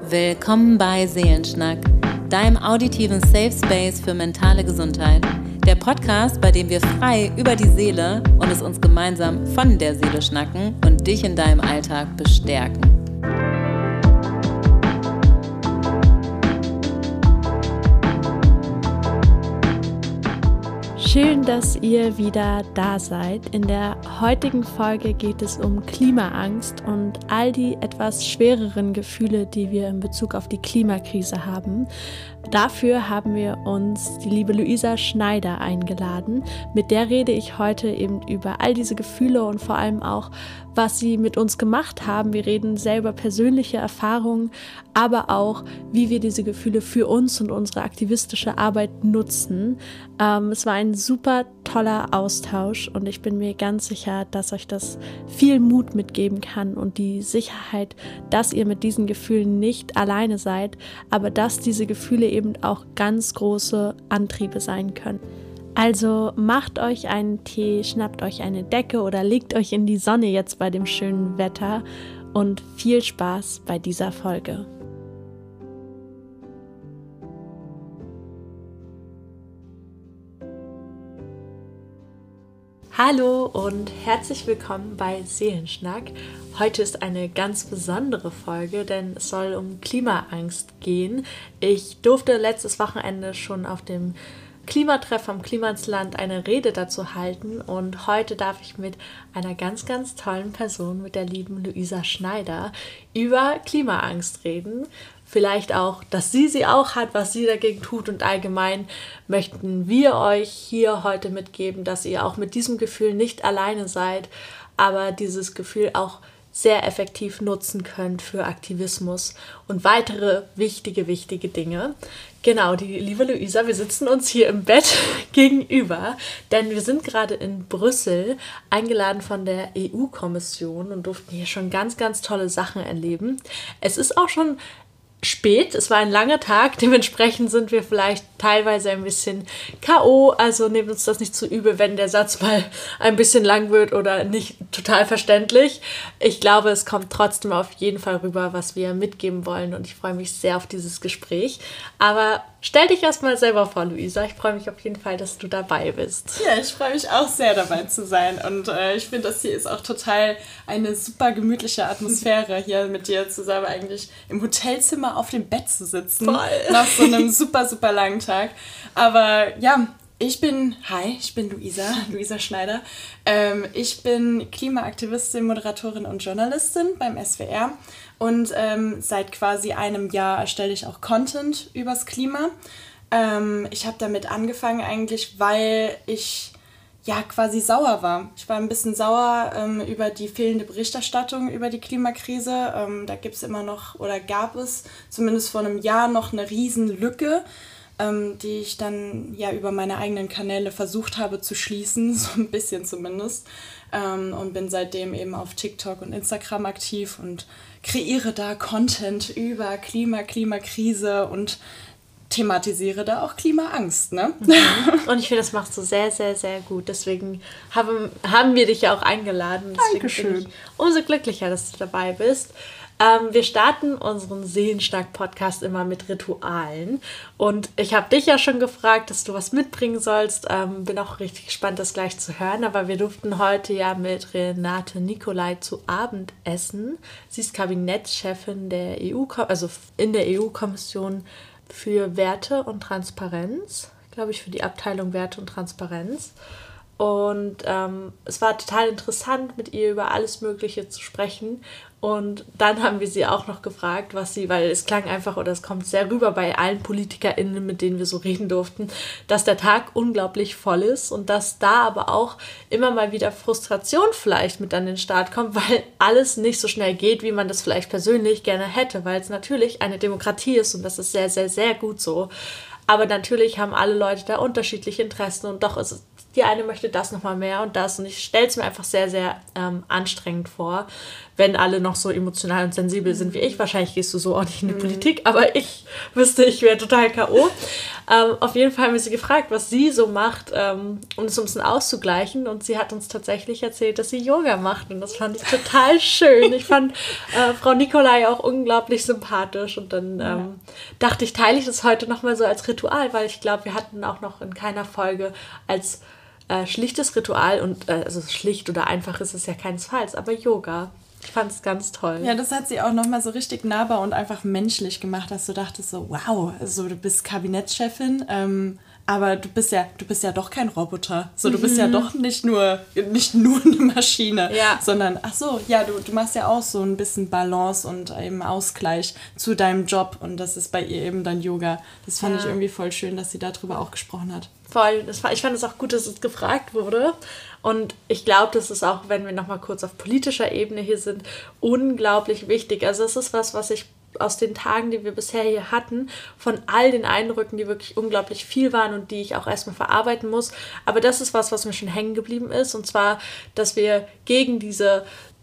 Willkommen bei Seelenschnack, deinem auditiven Safe Space für mentale Gesundheit. Der Podcast, bei dem wir frei über die Seele und es uns gemeinsam von der Seele schnacken und dich in deinem Alltag bestärken. Schön, dass ihr wieder da seid. In der heutigen Folge geht es um Klimaangst und all die etwas schwereren Gefühle, die wir in Bezug auf die Klimakrise haben. Dafür haben wir uns die liebe Luisa Schneider eingeladen. Mit der rede ich heute eben über all diese Gefühle und vor allem auch, was sie mit uns gemacht haben. Wir reden selber persönliche Erfahrungen, aber auch, wie wir diese Gefühle für uns und unsere aktivistische Arbeit nutzen. Es war ein super toller Austausch und ich bin mir ganz sicher, dass euch das viel Mut mitgeben kann und die Sicherheit, dass ihr mit diesen Gefühlen nicht alleine seid, aber dass diese Gefühle eben auch ganz große Antriebe sein können. Also macht euch einen Tee, schnappt euch eine Decke oder legt euch in die Sonne jetzt bei dem schönen Wetter und viel Spaß bei dieser Folge. Hallo und herzlich willkommen bei Seelenschnack. Heute ist eine ganz besondere Folge, denn es soll um Klimaangst gehen. Ich durfte letztes Wochenende schon auf dem Klimatreff am Klimansland eine Rede dazu halten und heute darf ich mit einer ganz, ganz tollen Person, mit der lieben Luisa Schneider, über Klimaangst reden. Vielleicht auch, dass sie auch hat, was sie dagegen tut und allgemein möchten wir euch hier heute mitgeben, dass ihr auch mit diesem Gefühl nicht alleine seid, aber dieses Gefühl auch sehr effektiv nutzen könnt für Aktivismus und weitere wichtige Dinge. Genau, die liebe Luisa, wir sitzen uns hier im Bett gegenüber, denn wir sind gerade in Brüssel eingeladen von der EU-Kommission und durften hier schon ganz, ganz tolle Sachen erleben. Es ist auch schon spät, es war ein langer Tag, dementsprechend sind wir vielleicht teilweise ein bisschen K.O., also nehmt uns das nicht zu übel, wenn der Satz mal ein bisschen lang wird oder nicht total verständlich. Ich glaube, es kommt trotzdem auf jeden Fall rüber, was wir mitgeben wollen und ich freue mich sehr auf dieses Gespräch. Aber stell dich erstmal selber vor, Luisa. Ich freue mich auf jeden Fall, dass du dabei bist. Ja, ich freue mich auch sehr, dabei zu sein. Und ich finde, das hier ist auch total eine super gemütliche Atmosphäre, hier mit dir zusammen eigentlich im Hotelzimmer auf dem Bett zu sitzen. Voll. Nach so einem super, super langen Tag. Aber ja, ich bin Luisa Schneider. Ich bin Klimaaktivistin, Moderatorin und Journalistin beim SWR. Und seit quasi einem Jahr erstelle ich auch Content übers Klima. Ich habe damit angefangen eigentlich, weil ich ja quasi sauer war. Ich war ein bisschen sauer über die fehlende Berichterstattung über die Klimakrise. Da gibt es immer noch, oder gab es zumindest vor einem Jahr noch eine riesen Lücke, die ich dann ja über meine eigenen Kanäle versucht habe zu schließen, so ein bisschen zumindest. Und bin seitdem eben auf TikTok und Instagram aktiv und kreiere da Content über Klimakrise und thematisiere da auch Klimaangst, ne? Und ich finde, das machst du sehr, sehr, sehr gut. Deswegen haben wir dich ja auch eingeladen. Deswegen Dankeschön. bin ich umso glücklicher, dass du dabei bist. Wir starten unseren Seelenschnack-Podcast immer mit Ritualen. Und ich habe dich ja schon gefragt, dass du was mitbringen sollst. Bin auch richtig gespannt, das gleich zu hören. Aber wir durften heute ja mit Renate Nicolai zu Abend essen. Sie ist Kabinettschefin der EU, also in der EU-Kommission für Werte und Transparenz, glaube ich, für die Abteilung Werte und Transparenz. Und es war total interessant, mit ihr über alles Mögliche zu sprechen. Und dann haben wir sie auch noch gefragt, weil es klang einfach, oder es kommt sehr rüber bei allen PolitikerInnen, mit denen wir so reden durften, dass der Tag unglaublich voll ist und dass da aber auch immer mal wieder Frustration vielleicht mit an den Start kommt, weil alles nicht so schnell geht, wie man das vielleicht persönlich gerne hätte, weil es natürlich eine Demokratie ist und das ist sehr, sehr, sehr gut so. Aber natürlich haben alle Leute da unterschiedliche Interessen und doch ist die eine möchte das nochmal mehr und das. Und ich stelle es mir einfach sehr, sehr anstrengend vor, wenn alle noch so emotional und sensibel sind wie ich. Wahrscheinlich gehst du so auch nicht in die Politik, aber ich wüsste, ich wäre total K.O. Auf jeden Fall haben wir sie gefragt, was sie so macht, um es ein bisschen auszugleichen. Und sie hat uns tatsächlich erzählt, dass sie Yoga macht. Und das fand ich total schön. Ich fand Frau Nicolai auch unglaublich sympathisch. Und dann dachte ich, teile ich das heute nochmal so als Ritual, weil ich glaube, wir hatten auch noch in keiner Folge als schlichtes Ritual und also schlicht oder einfach ist es ja keinesfalls, aber Yoga. Ich fand es ganz toll. Ja, das hat sie auch nochmal so richtig nahbar und einfach menschlich gemacht, dass du dachtest so, wow, also du bist Kabinettschefin, aber du bist ja doch kein Roboter. So, du bist ja doch nicht nur eine Maschine, sondern, ach so, ja, du machst ja auch so ein bisschen Balance und eben Ausgleich zu deinem Job und das ist bei ihr eben dann Yoga. Das fand ich irgendwie voll schön, dass sie darüber auch gesprochen hat. Voll. Ich fand es auch gut, dass es gefragt wurde. Und ich glaube, das ist auch, wenn wir nochmal kurz auf politischer Ebene hier sind, unglaublich wichtig. Also es ist was ich aus den Tagen, die wir bisher hier hatten, von all den Eindrücken, die wirklich unglaublich viel waren und die ich auch erstmal verarbeiten muss. Aber das ist was mir schon hängen geblieben ist. Und zwar, dass wir gegen diese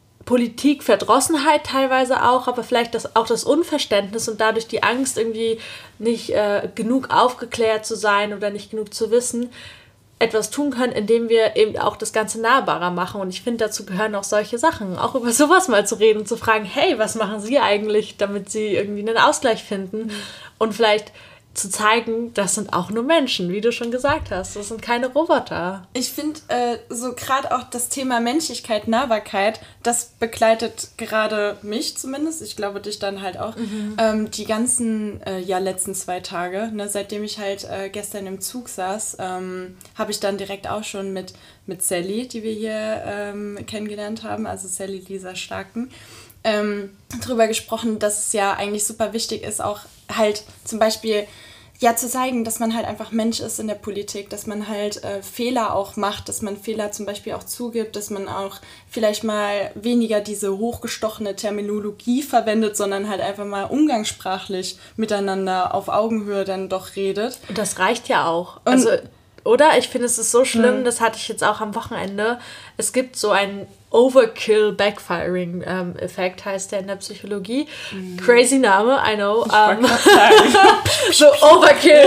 Politikverdrossenheit teilweise auch, aber vielleicht auch das Unverständnis und dadurch die Angst, irgendwie nicht genug aufgeklärt zu sein oder nicht genug zu wissen, etwas tun können, indem wir eben auch das Ganze nahbarer machen. Und ich finde, dazu gehören auch solche Sachen, auch über sowas mal zu reden und zu fragen, hey, was machen Sie eigentlich, damit Sie irgendwie einen Ausgleich finden? Und vielleicht zu zeigen, das sind auch nur Menschen, wie du schon gesagt hast. Das sind keine Roboter. Ich finde so gerade auch das Thema Menschlichkeit, Nahbarkeit, das begleitet gerade mich zumindest, ich glaube dich dann halt auch, die ganzen letzten 2 Tage. Ne, seitdem ich halt gestern im Zug saß, habe ich dann direkt auch schon mit Sally, die wir hier kennengelernt haben, also Sally Lisa Starken, drüber gesprochen, dass es ja eigentlich super wichtig ist, auch halt zum Beispiel zu zeigen, dass man halt einfach Mensch ist in der Politik, dass man halt Fehler auch macht, dass man Fehler zum Beispiel auch zugibt, dass man auch vielleicht mal weniger diese hochgestochene Terminologie verwendet, sondern halt einfach mal umgangssprachlich miteinander auf Augenhöhe dann doch redet. Und das reicht ja auch. Also, oder? Ich finde, es ist so schlimm, das hatte ich jetzt auch am Wochenende. Es gibt so einen Overkill-Backfiring-Effekt, heißt der in der Psychologie. Crazy Name, I know. So Overkill.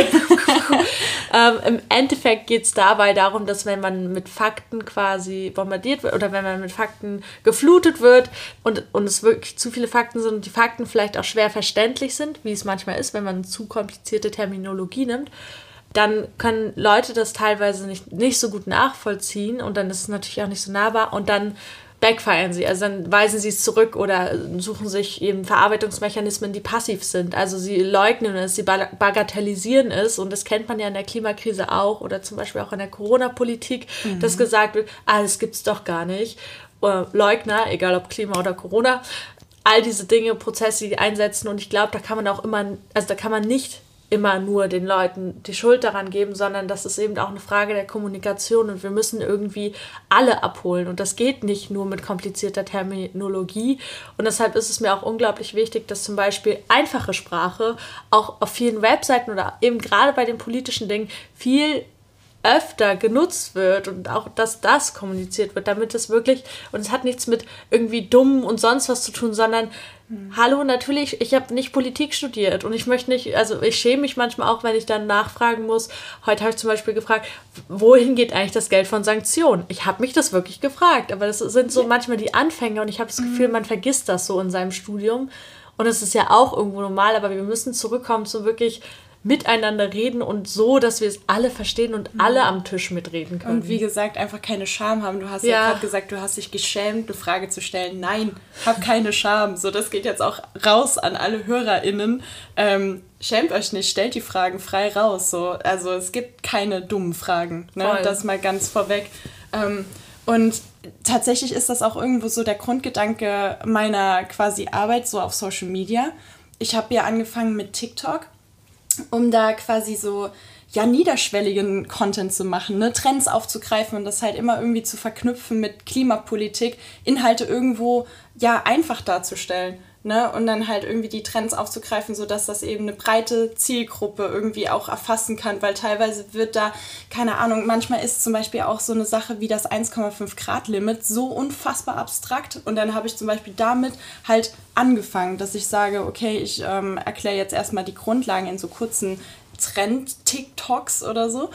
Im Endeffekt geht es dabei darum, dass wenn man mit Fakten quasi bombardiert wird oder wenn man mit Fakten geflutet wird und es wirklich zu viele Fakten sind und die Fakten vielleicht auch schwer verständlich sind, wie es manchmal ist, wenn man zu komplizierte Terminologie nimmt, dann können Leute das teilweise nicht so gut nachvollziehen und dann ist es natürlich auch nicht so nahbar und dann backfiren sie, also dann weisen sie es zurück oder suchen sich eben Verarbeitungsmechanismen, die passiv sind. Also sie leugnen es, sie bagatellisieren es und das kennt man ja in der Klimakrise auch oder zum Beispiel auch in der Corona-Politik, dass gesagt wird, das gibt's doch gar nicht. Leugner, egal ob Klima oder Corona, all diese Dinge, Prozesse, die einsetzen und ich glaube, da kann man nicht immer nur den Leuten die Schuld daran geben, sondern das ist eben auch eine Frage der Kommunikation und wir müssen irgendwie alle abholen und das geht nicht nur mit komplizierter Terminologie und deshalb ist es mir auch unglaublich wichtig, dass zum Beispiel einfache Sprache auch auf vielen Webseiten oder eben gerade bei den politischen Dingen viel öfter genutzt wird und auch, dass das kommuniziert wird, damit es wirklich, und es hat nichts mit irgendwie dumm und sonst was zu tun, sondern hallo, natürlich, ich habe nicht Politik studiert und ich möchte nicht, also ich schäme mich manchmal auch, wenn ich dann nachfragen muss. Heute habe ich zum Beispiel gefragt, wohin geht eigentlich das Geld von Sanktionen? Ich habe mich das wirklich gefragt, aber das sind so manchmal die Anfänge und ich habe das Gefühl, man vergisst das so in seinem Studium und es ist ja auch irgendwo normal, aber wir müssen zurückkommen zu wirklich miteinander reden und so, dass wir es alle verstehen und alle am Tisch mitreden können. Und wie gesagt, einfach keine Scham haben. Du hast ja gerade gesagt, du hast dich geschämt, eine Frage zu stellen. Nein, hab keine Scham. So, das geht jetzt auch raus an alle HörerInnen. Schämt euch nicht, stellt die Fragen frei raus. So. Also es gibt keine dummen Fragen. Ne? Das mal ganz vorweg. Und tatsächlich ist das auch irgendwo so der Grundgedanke meiner quasi Arbeit so auf Social Media. Ich habe ja angefangen mit TikTok, um da quasi so niederschwelligen Content zu machen, ne? Trends aufzugreifen und das halt immer irgendwie zu verknüpfen mit Klimapolitik, Inhalte irgendwo einfach darzustellen. ne? Und dann halt irgendwie die Trends aufzugreifen, sodass das eben eine breite Zielgruppe irgendwie auch erfassen kann, weil teilweise wird da, keine Ahnung, manchmal ist zum Beispiel auch so eine Sache wie das 1,5 Grad Limit so unfassbar abstrakt und dann habe ich zum Beispiel damit halt angefangen, dass ich sage, okay, ich erkläre jetzt erstmal die Grundlagen in so kurzen Trend-TikToks oder so.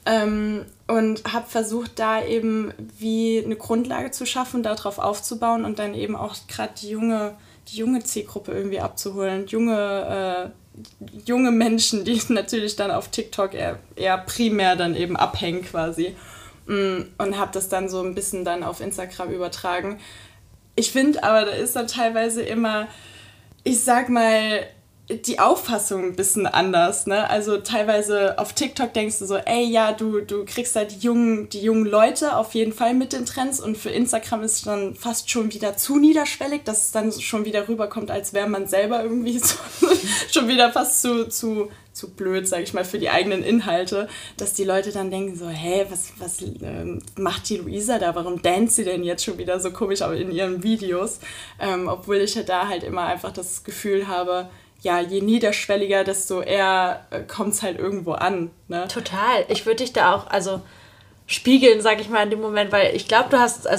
Und habe versucht, da eben wie eine Grundlage zu schaffen, darauf aufzubauen und dann eben auch gerade die junge Zielgruppe irgendwie abzuholen. Junge Menschen, die natürlich dann auf TikTok eher primär dann eben abhängen quasi. Und habe das dann so ein bisschen dann auf Instagram übertragen. Ich finde aber, da ist dann teilweise immer, ich sag mal, die Auffassung ein bisschen anders, ne? Also teilweise auf TikTok denkst du so, ey, ja, du kriegst halt die jungen Leute auf jeden Fall mit den Trends und für Instagram ist es dann fast schon wieder zu niederschwellig, dass es dann schon wieder rüberkommt, als wäre man selber irgendwie so schon wieder fast zu blöd, sag ich mal, für die eigenen Inhalte, dass die Leute dann denken so, hey, was macht die Luisa da? Warum danst sie denn jetzt schon wieder so komisch in ihren Videos? Obwohl ich ja da halt immer einfach das Gefühl habe, ja, je niederschwelliger, desto eher kommt es halt irgendwo an. Ne? Total. Ich würde dich da auch, spiegeln, sag ich mal, in dem Moment, weil ich glaube,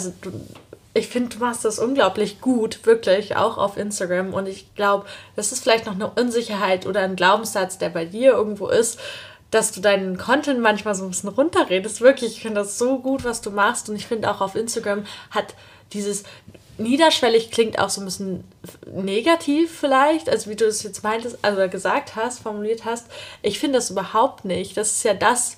ich finde, du machst das unglaublich gut, wirklich, auch auf Instagram. Und ich glaube, das ist vielleicht noch eine Unsicherheit oder ein Glaubenssatz, der bei dir irgendwo ist, dass du deinen Content manchmal so ein bisschen runterredest. Wirklich, ich finde das so gut, was du machst. Und ich finde auch auf Instagram hat dieses niederschwellig klingt auch so ein bisschen negativ vielleicht, also wie du es jetzt meintest, also gesagt hast, formuliert hast. Ich finde das überhaupt nicht. Das ist ja das,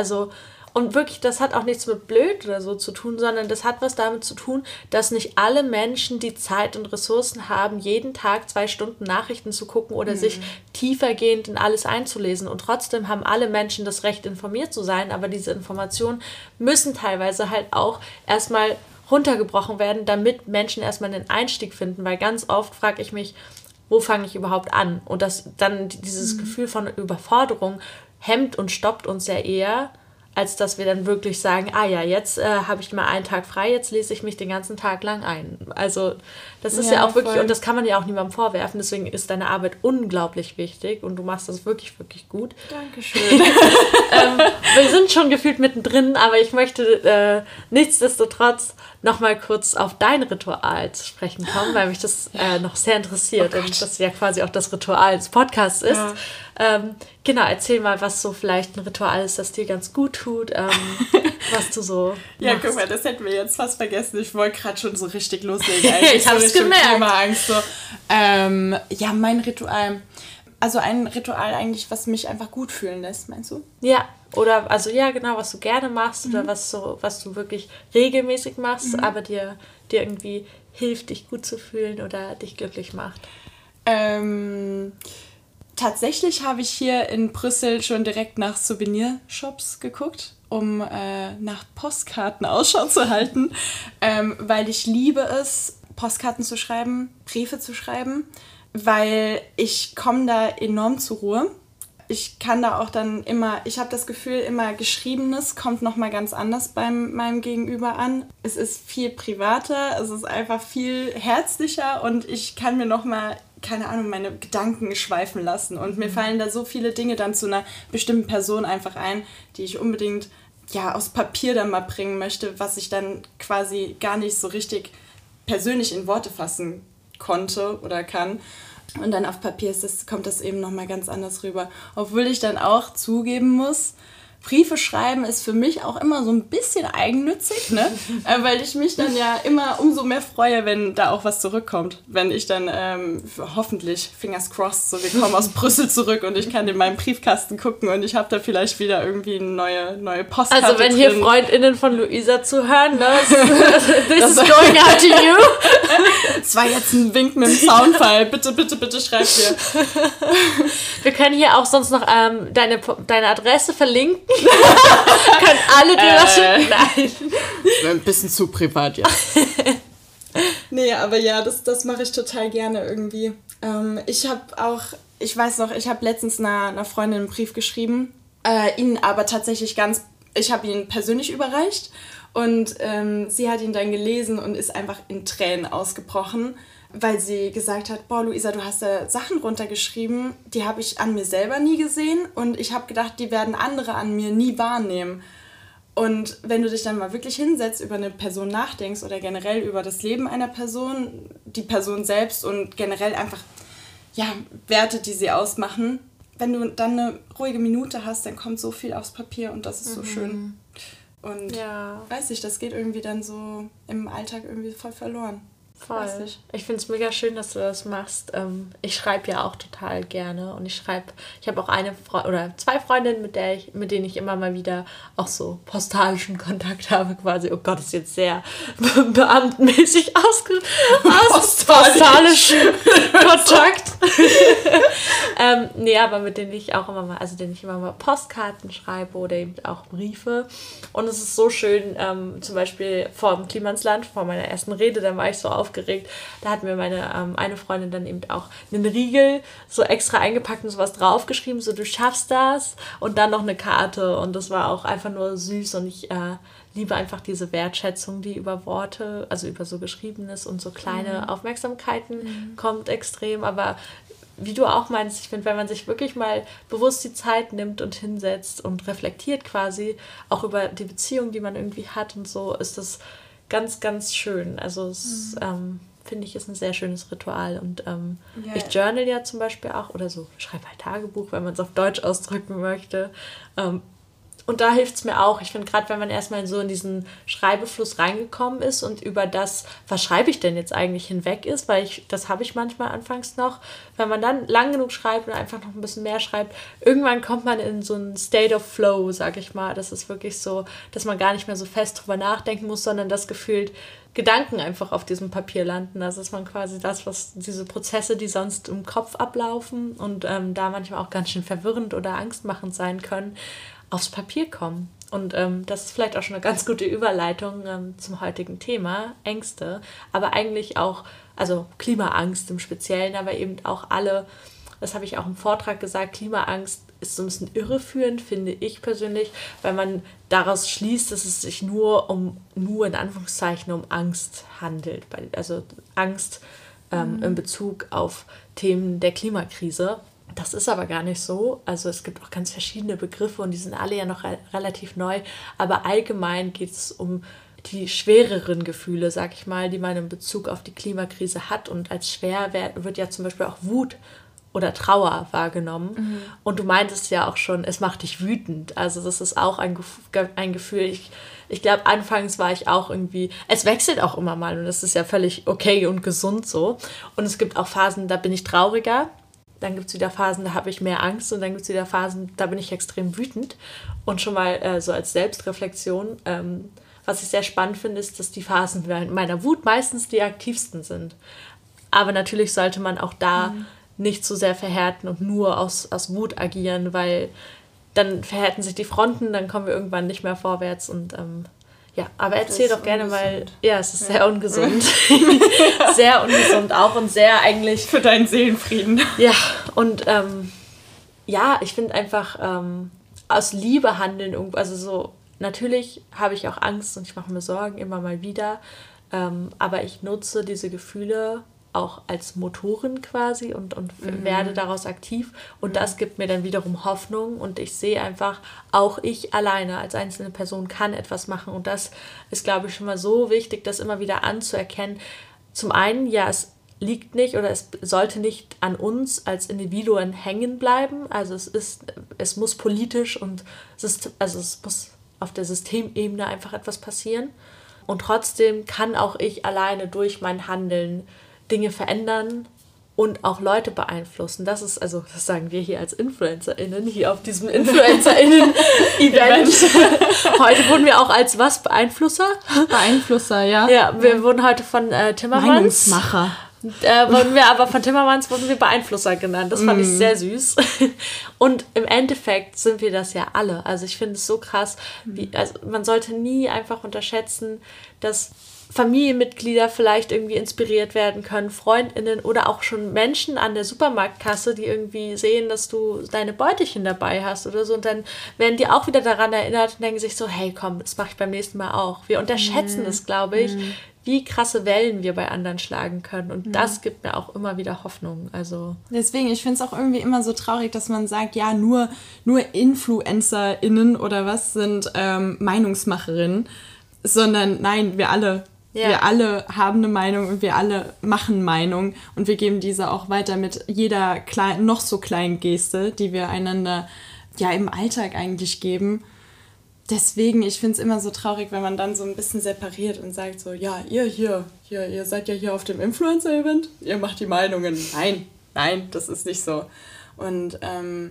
und wirklich, das hat auch nichts mit blöd oder so zu tun, sondern das hat was damit zu tun, dass nicht alle Menschen die Zeit und Ressourcen haben, jeden Tag 2 Stunden Nachrichten zu gucken oder sich tiefergehend in alles einzulesen. Und trotzdem haben alle Menschen das Recht, informiert zu sein, aber diese Informationen müssen teilweise halt auch erstmal runtergebrochen werden, damit Menschen erstmal einen Einstieg finden, weil ganz oft frage ich mich, wo fange ich überhaupt an? Und das dann dieses Gefühl von Überforderung hemmt und stoppt uns ja eher, als dass wir dann wirklich sagen, jetzt habe ich mal einen Tag frei, jetzt lese ich mich den ganzen Tag lang ein. Also das ist ja auch wirklich, voll. Und das kann man ja auch niemandem vorwerfen, deswegen ist deine Arbeit unglaublich wichtig und du machst das wirklich, wirklich gut. Dankeschön. Wir sind schon gefühlt mittendrin, aber ich möchte nichtsdestotrotz noch mal kurz auf dein Ritual zu sprechen kommen, weil mich das noch sehr interessiert und das ja quasi auch das Ritual des Podcasts ist. Ja. Genau, erzähl mal, was so vielleicht ein Ritual ist, das dir ganz gut tut, was du so Ja, machst. Guck mal, das hätten wir jetzt fast vergessen. Ich wollte gerade schon so richtig loslegen. Eigentlich ich hab's gemerkt. Klimaangst, so. Mein Ritual, also ein Ritual eigentlich, was mich einfach gut fühlen lässt, meinst du? Ja, oder genau, was du gerne machst oder was du wirklich regelmäßig machst, aber dir irgendwie hilft, dich gut zu fühlen oder dich glücklich macht. Tatsächlich habe ich hier in Brüssel schon direkt nach Souvenirshops geguckt, um nach Postkarten Ausschau zu halten, weil ich liebe es, Postkarten zu schreiben, Briefe zu schreiben, weil ich komme da enorm zur Ruhe. Ich kann da auch dann ich habe das Gefühl, immer Geschriebenes kommt nochmal ganz anders bei meinem Gegenüber an. Es ist viel privater, es ist einfach viel herzlicher und ich kann mir nochmal, keine Ahnung, meine Gedanken schweifen lassen. Und mir fallen da so viele Dinge dann zu einer bestimmten Person einfach ein, die ich unbedingt aus Papier dann mal bringen möchte, was ich dann quasi gar nicht so richtig persönlich in Worte fassen konnte oder kann. Und dann auf Papier kommt das eben nochmal ganz anders rüber. Obwohl ich dann auch zugeben muss, Briefe schreiben ist für mich auch immer so ein bisschen eigennützig, ne? Weil ich mich dann ja immer umso mehr freue, wenn da auch was zurückkommt. Wenn ich dann hoffentlich, fingers crossed, so wir kommen aus Brüssel zurück und ich kann in meinen Briefkasten gucken und ich habe da vielleicht wieder irgendwie eine neue Postkarte Also wenn drin. hier FreundInnen von Luisa zuhören, ne? This is going out to you. Das war jetzt ein Wink mit dem Soundfall. Bitte, bitte, bitte schreibt mir. Wir können hier auch sonst noch deine Adresse verlinken. Können alle dir was schicken? Nein. Das wäre ein bisschen zu privat, ja. Nee, aber ja, das mache ich total gerne irgendwie. Ich habe letztens einer Freundin einen Brief geschrieben, ihn aber tatsächlich ich habe ihn persönlich überreicht Und sie hat ihn dann gelesen und ist einfach in Tränen ausgebrochen, weil sie gesagt hat, boah, Luisa, du hast da Sachen runtergeschrieben, die habe ich an mir selber nie gesehen und ich habe gedacht, die werden andere an mir nie wahrnehmen. Und wenn du dich dann mal wirklich hinsetzt, über eine Person nachdenkst oder generell über das Leben einer Person, die Person selbst und generell einfach Werte, die sie ausmachen, wenn du dann eine ruhige Minute hast, dann kommt so viel aufs Papier und das ist so schön. Und weiß ich, das geht irgendwie dann so im Alltag irgendwie voll verloren. Voll. Ich finde es mega schön, dass du das machst. Ich schreibe ja auch total gerne und ich habe auch zwei Freundinnen, mit denen ich immer mal wieder auch so postalischen Kontakt habe quasi. Oh Gott, ist jetzt sehr beamtenmäßig postalischen Kontakt. Aber mit denen ich auch immer mal Postkarten schreibe oder eben auch Briefe. Und es ist so schön, zum Beispiel vor dem Klima ins Land, vor meiner ersten Rede, dann war ich so aufgeregt. Da hat mir meine eine Freundin dann eben auch einen Riegel so extra eingepackt und sowas draufgeschrieben, so du schaffst das und dann noch eine Karte und das war auch einfach nur süß und ich liebe einfach diese Wertschätzung, die über Worte, also über so Geschriebenes und so kleine Aufmerksamkeiten kommt extrem, aber wie du auch meinst, ich finde, wenn man sich wirklich mal bewusst die Zeit nimmt und hinsetzt und reflektiert quasi auch über die Beziehung, die man irgendwie hat und so, ist das ganz, ganz schön. Also es, finde ich, ist ein sehr schönes Ritual. Und ich journal ja zum Beispiel auch oder so, schreibe halt Tagebuch, wenn man es auf Deutsch ausdrücken möchte. Und da hilft es mir auch. Ich finde, gerade wenn man erstmal so in diesen Schreibefluss reingekommen ist und über das, was schreibe ich denn jetzt eigentlich, hinweg ist, weil das habe ich manchmal anfangs noch, wenn man dann lang genug schreibt und einfach noch ein bisschen mehr schreibt, irgendwann kommt man in so einen State of Flow, sag ich mal. Das ist wirklich so, dass man gar nicht mehr so fest drüber nachdenken muss, sondern das gefühlt Gedanken einfach auf diesem Papier landen. Das ist man quasi das, was diese Prozesse, die sonst im Kopf ablaufen und da manchmal auch ganz schön verwirrend oder angstmachend sein können, aufs Papier kommen. Und das ist vielleicht auch schon eine ganz gute Überleitung zum heutigen Thema, Ängste, aber eigentlich auch, also Klimaangst im Speziellen, aber eben auch alle, das habe ich auch im Vortrag gesagt, Klimaangst ist so ein bisschen irreführend, finde ich persönlich, weil man daraus schließt, dass es sich nur in Anführungszeichen um Angst handelt, also Angst in Bezug auf Themen der Klimakrise. Das ist aber gar nicht so. Also es gibt auch ganz verschiedene Begriffe und die sind alle ja noch relativ neu. Aber allgemein geht es um die schwereren Gefühle, sag ich mal, die man in Bezug auf die Klimakrise hat. Und als schwer wird ja zum Beispiel auch Wut oder Trauer wahrgenommen. Und du meintest ja auch schon, es macht dich wütend. Also das ist auch ein Gefühl. Ich glaube, anfangs war ich auch irgendwie, es wechselt auch immer mal und das ist ja völlig okay und gesund so. Und es gibt auch Phasen, da bin ich trauriger. Dann gibt es wieder Phasen, da habe ich mehr Angst und dann gibt es wieder Phasen, da bin ich extrem wütend. Und schon mal so als Selbstreflexion, was ich sehr spannend finde, ist, dass die Phasen meiner Wut meistens die aktivsten sind. Aber natürlich sollte man auch da nicht so sehr verhärten und nur aus Wut agieren, weil dann verhärten sich die Fronten, dann kommen wir irgendwann nicht mehr vorwärts und aber erzähl doch gerne mal. Ja, es ist sehr ungesund. Sehr ungesund auch und sehr eigentlich... Für deinen Seelenfrieden. Ja, und ich finde einfach aus Liebe handeln, also so, natürlich habe ich auch Angst und ich mache mir Sorgen immer mal wieder, aber ich nutze diese Gefühle auch als Motoren quasi und werde daraus aktiv und das gibt mir dann wiederum Hoffnung und ich sehe einfach, auch ich alleine als einzelne Person kann etwas machen und das ist, glaube ich, schon mal so wichtig, das immer wieder anzuerkennen. Zum einen, es liegt nicht oder es sollte nicht an uns als Individuen hängen bleiben, also es muss politisch und es muss auf der Systemebene einfach etwas passieren und trotzdem kann auch ich alleine durch mein Handeln Dinge verändern und auch Leute beeinflussen. Das sagen wir hier als InfluencerInnen, hier auf diesem InfluencerInnen-Event. Heute wurden wir auch als was? Beeinflusser? Beeinflusser, ja. Ja, wir wurden heute von Timmermans. Meinungsmacher. Von Timmermans wurden wir Beeinflusser genannt. Das fand ich sehr süß. Und im Endeffekt sind wir das ja alle. Also ich finde es so krass, man sollte nie einfach unterschätzen, dass Familienmitglieder vielleicht irgendwie inspiriert werden können, FreundInnen oder auch schon Menschen an der Supermarktkasse, die irgendwie sehen, dass du deine Beutelchen dabei hast oder so und dann werden die auch wieder daran erinnert und denken sich so, hey komm, das mache ich beim nächsten Mal auch. Wir unterschätzen es, glaube ich, wie krasse Wellen wir bei anderen schlagen können und das gibt mir auch immer wieder Hoffnung. Also deswegen, ich finde es auch irgendwie immer so traurig, dass man sagt, ja, nur InfluencerInnen oder was sind Meinungsmacherinnen, sondern nein, wir alle haben eine Meinung und wir alle machen Meinung und wir geben diese auch weiter mit jeder noch so kleinen Geste, die wir einander ja im Alltag eigentlich geben. Deswegen, ich finde es immer so traurig, wenn man dann so ein bisschen separiert und sagt so, ja, ihr seid ja hier auf dem Influencer-Event, ihr macht die Meinungen. Nein, das ist nicht so. Und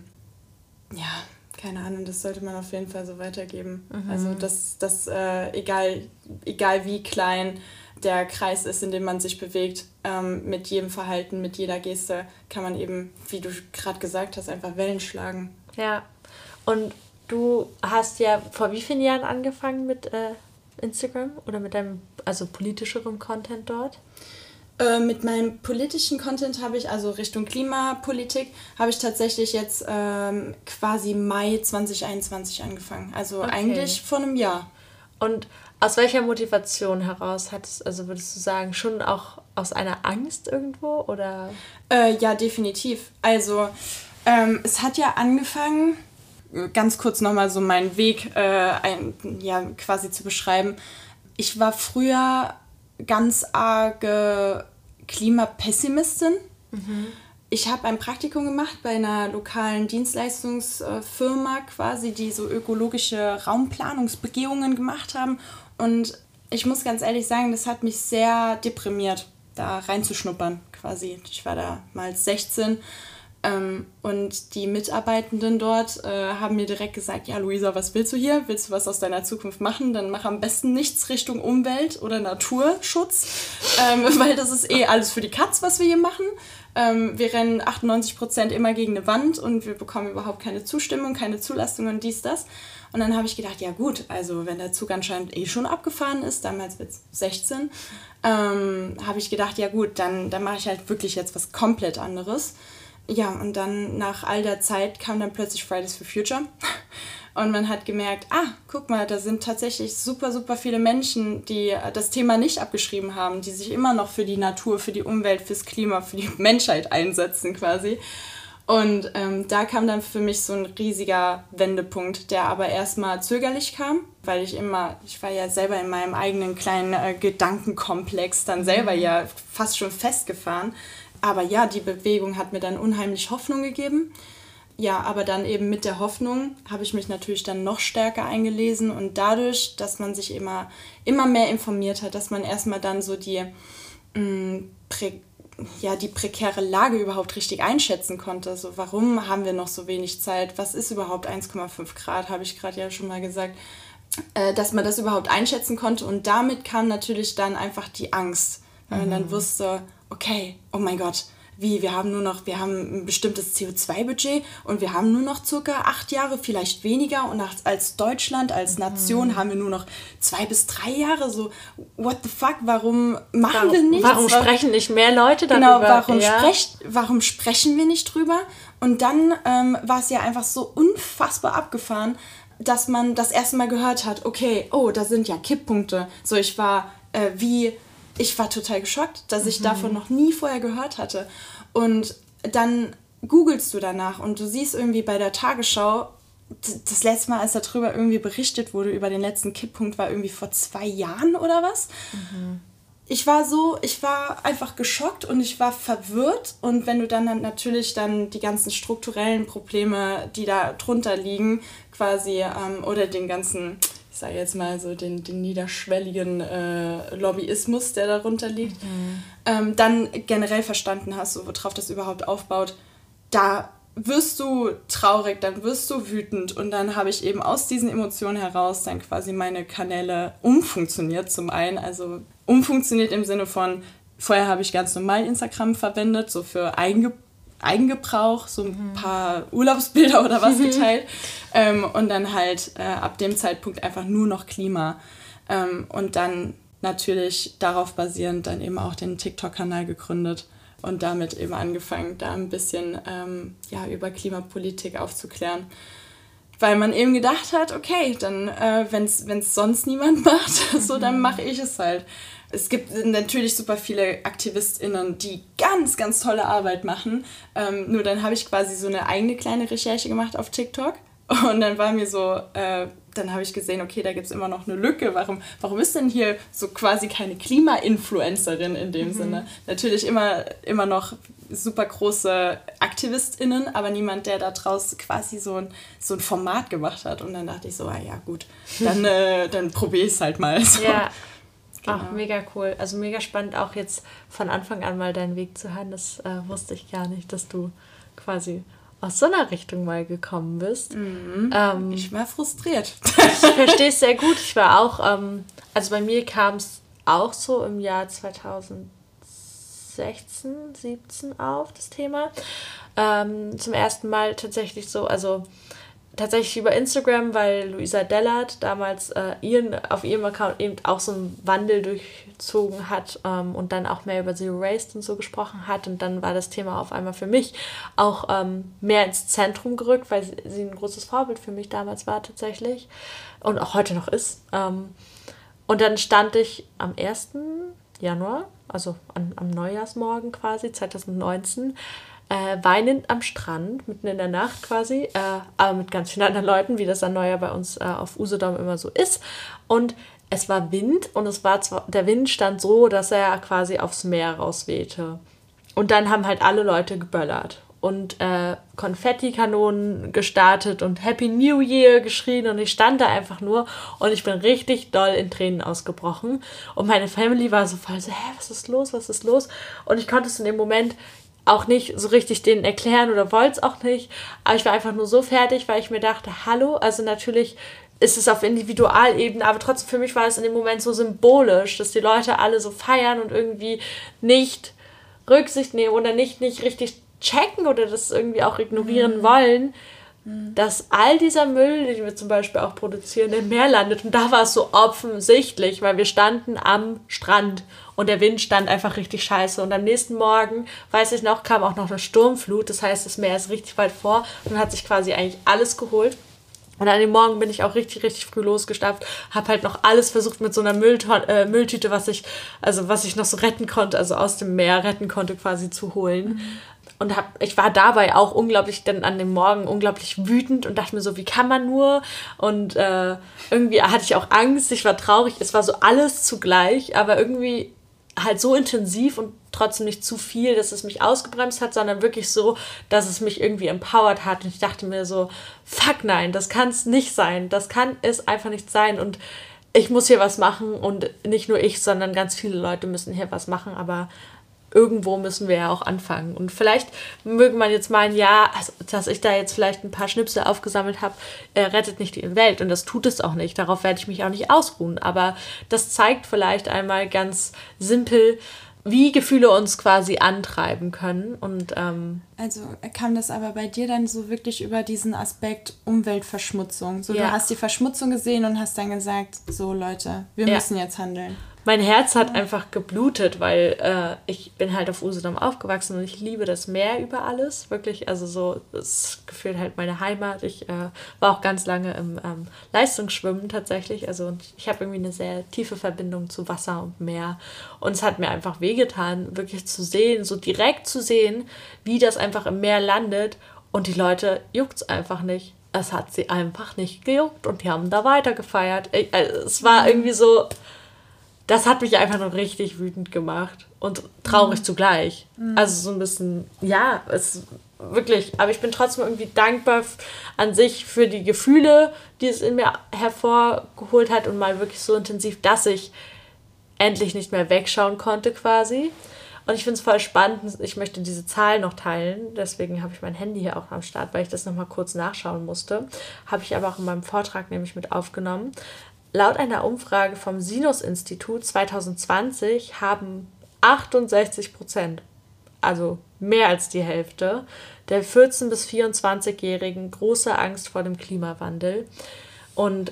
keine Ahnung, das sollte man auf jeden Fall so weitergeben. Also dass egal wie klein der Kreis ist, in dem man sich bewegt, mit jedem Verhalten, mit jeder Geste kann man eben, wie du gerade gesagt hast, einfach Wellen schlagen. Ja, und du hast ja vor wie vielen Jahren angefangen mit Instagram oder mit deinem politischerem Content dort? Mit meinem politischen Content habe ich, also Richtung Klimapolitik, habe ich tatsächlich jetzt quasi Mai 2021 angefangen. Also eigentlich vor einem Jahr. Und aus welcher Motivation heraus würdest du sagen, schon auch aus einer Angst irgendwo? Oder? Ja, definitiv. Also es hat ja angefangen, ganz kurz nochmal so meinen Weg quasi zu beschreiben. Ich war früher ganz arge Klimapessimistin. Ich habe ein Praktikum gemacht bei einer lokalen Dienstleistungsfirma quasi, die so ökologische Raumplanungsbegehungen gemacht haben. Und ich muss ganz ehrlich sagen, das hat mich sehr deprimiert, da reinzuschnuppern quasi. Ich war damals 16 und die Mitarbeitenden dort haben mir direkt gesagt, ja Luisa, was willst du hier? Willst du was aus deiner Zukunft machen? Dann mach am besten nichts Richtung Umwelt- oder Naturschutz, weil das ist alles für die Katz, was wir hier machen. Wir rennen 98% immer gegen eine Wand und wir bekommen überhaupt keine Zustimmung, keine Zulassung und dies, das. Und dann habe ich gedacht, ja gut, also wenn der Zug anscheinend schon abgefahren ist, damals mit 16, habe ich gedacht, ja gut, dann mache ich halt wirklich jetzt was komplett anderes. Ja, und dann nach all der Zeit kam dann plötzlich Fridays for Future und man hat gemerkt, guck mal, da sind tatsächlich super, super viele Menschen, die das Thema nicht abgeschrieben haben, die sich immer noch für die Natur, für die Umwelt, fürs Klima, für die Menschheit einsetzen quasi. Und da kam dann für mich so ein riesiger Wendepunkt, der aber erstmal zögerlich kam, weil ich war ja selber in meinem eigenen kleinen Gedankenkomplex dann selber ja fast schon festgefahren. Aber ja, die Bewegung hat mir dann unheimlich Hoffnung gegeben. Ja, aber dann eben mit der Hoffnung habe ich mich natürlich dann noch stärker eingelesen und dadurch, dass man sich immer mehr informiert hat, dass man erstmal dann so die prekäre Lage überhaupt richtig einschätzen konnte. So, warum haben wir noch so wenig Zeit? Was ist überhaupt 1,5 Grad, habe ich gerade ja schon mal gesagt. Dass man das überhaupt einschätzen konnte und damit kam natürlich dann einfach die Angst, weil man dann wusste, okay, oh mein Gott, wir haben ein bestimmtes CO2-Budget und wir haben nur noch circa 8 Jahre, vielleicht weniger und als Deutschland, als Nation haben wir nur noch 2 bis 3 Jahre, so what the fuck, warum machen wir nichts? Warum sprechen nicht mehr Leute darüber? Genau, warum sprechen wir nicht drüber? Und dann war es ja einfach so unfassbar abgefahren, dass man das erste Mal gehört hat, okay, oh, da sind ja Kipppunkte. So, ich war total geschockt, dass ich davon noch nie vorher gehört hatte. Und dann googelst du danach und du siehst irgendwie bei der Tagesschau, das letzte Mal, als darüber irgendwie berichtet wurde, über den letzten Kipppunkt, war irgendwie vor 2 Jahren oder was. Ich war einfach geschockt und ich war verwirrt. Und wenn du dann natürlich die ganzen strukturellen Probleme, die da drunter liegen, quasi, oder den ganzen, ich sage jetzt mal so, den niederschwelligen Lobbyismus, der darunter liegt, dann generell verstanden hast, so, worauf das überhaupt aufbaut, da wirst du traurig, dann wirst du wütend und dann habe ich eben aus diesen Emotionen heraus dann quasi meine Kanäle umfunktioniert zum einen, also umfunktioniert im Sinne von, vorher habe ich ganz normal Instagram verwendet, so für Eigengebrauch, so ein paar Urlaubsbilder oder was geteilt und dann halt ab dem Zeitpunkt einfach nur noch Klima und dann natürlich darauf basierend dann eben auch den TikTok-Kanal gegründet und damit eben angefangen, da ein bisschen über Klimapolitik aufzuklären. Weil man eben gedacht hat, okay, dann, wenn es sonst niemand macht, so, dann mache ich es halt. Es gibt natürlich super viele AktivistInnen, die ganz, ganz tolle Arbeit machen. Nur dann habe ich quasi so eine eigene kleine Recherche gemacht auf TikTok. Und dann war mir so, dann habe ich gesehen, okay, da gibt es immer noch eine Lücke. Warum ist denn hier so quasi keine Klima-Influencerin in dem Sinne? Natürlich immer noch super große AktivistInnen, aber niemand, der da draus quasi so ein Format gemacht hat. Und dann dachte ich so, ja gut, dann probiere ich es halt mal. So. Ja, genau. Ach, mega cool. Also mega spannend auch jetzt von Anfang an mal deinen Weg zu hören. Das wusste ich gar nicht, dass du quasi aus so einer Richtung mal gekommen bist. Ich war frustriert. Ich verstehe es sehr gut. Ich war auch, also bei mir kam es auch so im Jahr 2016, 17 auf, das Thema. Zum ersten Mal tatsächlich so, also tatsächlich über Instagram, weil Luisa Dellert damals auf ihrem Account eben auch so einen Wandel durchzogen hat und dann auch mehr über Zero Waste und so gesprochen hat. Und dann war das Thema auf einmal für mich auch mehr ins Zentrum gerückt, weil sie ein großes Vorbild für mich damals war tatsächlich und auch heute noch ist. Und dann stand ich am 1. Januar, also am Neujahrsmorgen quasi, 2019, weinend am Strand, mitten in der Nacht quasi, aber mit ganz vielen anderen Leuten, wie das an Neujahr bei uns auf Usedom immer so ist. Und es war Wind und der Wind stand so, dass er quasi aufs Meer rauswehte. Und dann haben halt alle Leute geböllert und Konfettikanonen gestartet und Happy New Year geschrien und ich stand da einfach nur und ich bin richtig doll in Tränen ausgebrochen. Und meine Family war so voll so, was ist los? Und ich konnte es in dem Moment auch nicht so richtig denen erklären oder wollte es auch nicht. Aber ich war einfach nur so fertig, weil ich mir dachte, hallo, also natürlich ist es auf Individualebene, aber trotzdem für mich war es in dem Moment so symbolisch, dass die Leute alle so feiern und irgendwie nicht Rücksicht nehmen oder nicht richtig checken oder das irgendwie auch ignorieren wollen, dass all dieser Müll, den wir zum Beispiel auch produzieren, im Meer landet. Und da war es so offensichtlich, weil wir standen am Strand und der Wind stand einfach richtig scheiße. Und am nächsten Morgen, weiß ich noch, kam auch noch eine Sturmflut. Das heißt, das Meer ist richtig weit vor und hat sich quasi eigentlich alles geholt. Und an dem Morgen bin ich auch richtig früh losgestapft, habe halt noch alles versucht mit so einer Mülltüte, was ich noch so retten konnte, also aus dem Meer retten konnte, quasi zu holen. Und ich war dabei auch dann an dem Morgen unglaublich wütend und dachte mir so, wie kann man nur? Und irgendwie hatte ich auch Angst, ich war traurig, es war so alles zugleich, aber irgendwie halt so intensiv und trotzdem nicht zu viel, dass es mich ausgebremst hat, sondern wirklich so, dass es mich irgendwie empowert hat. Und ich dachte mir so, fuck nein, das kann es nicht sein. Das kann es einfach nicht sein. Und ich muss hier was machen und nicht nur ich, sondern ganz viele Leute müssen hier was machen, aber irgendwo müssen wir ja auch anfangen. Und vielleicht möge man jetzt meinen, ja, also, dass ich da jetzt vielleicht ein paar Schnipsel aufgesammelt habe, rettet nicht die Welt. Und das tut es auch nicht. Darauf werde ich mich auch nicht ausruhen. Aber das zeigt vielleicht einmal ganz simpel, wie Gefühle uns quasi antreiben können. Und also kam das aber bei dir dann so wirklich über diesen Aspekt Umweltverschmutzung? So, ja. Du hast die Verschmutzung gesehen und hast dann gesagt, so Leute, wir müssen jetzt handeln. Mein Herz hat einfach geblutet, weil ich bin halt auf Usedom aufgewachsen und ich liebe das Meer über alles. Wirklich, also so, das gefühlt halt meine Heimat. Ich war auch ganz lange im Leistungsschwimmen tatsächlich. Also ich habe irgendwie eine sehr tiefe Verbindung zu Wasser und Meer. Und es hat mir einfach wehgetan, wirklich zu sehen, so direkt zu sehen, wie das einfach im Meer landet. Und die Leute juckt's einfach nicht. Es hat sie einfach nicht gejuckt und die haben da weiter gefeiert. Es war irgendwie so... Das hat mich einfach nur richtig wütend gemacht und traurig zugleich. Also so ein bisschen, ja, es wirklich, aber ich bin trotzdem irgendwie dankbar an sich für die Gefühle, die es in mir hervorgeholt hat und mal wirklich so intensiv, dass ich endlich nicht mehr wegschauen konnte quasi. Und ich finde es voll spannend, ich möchte diese Zahl noch teilen, deswegen habe ich mein Handy hier auch am Start, weil ich das nochmal kurz nachschauen musste. Habe ich aber auch in meinem Vortrag nämlich mit aufgenommen. Laut einer Umfrage vom Sinus-Institut 2020 haben 68%, also mehr als die Hälfte, der 14- bis 24-Jährigen große Angst vor dem Klimawandel. Und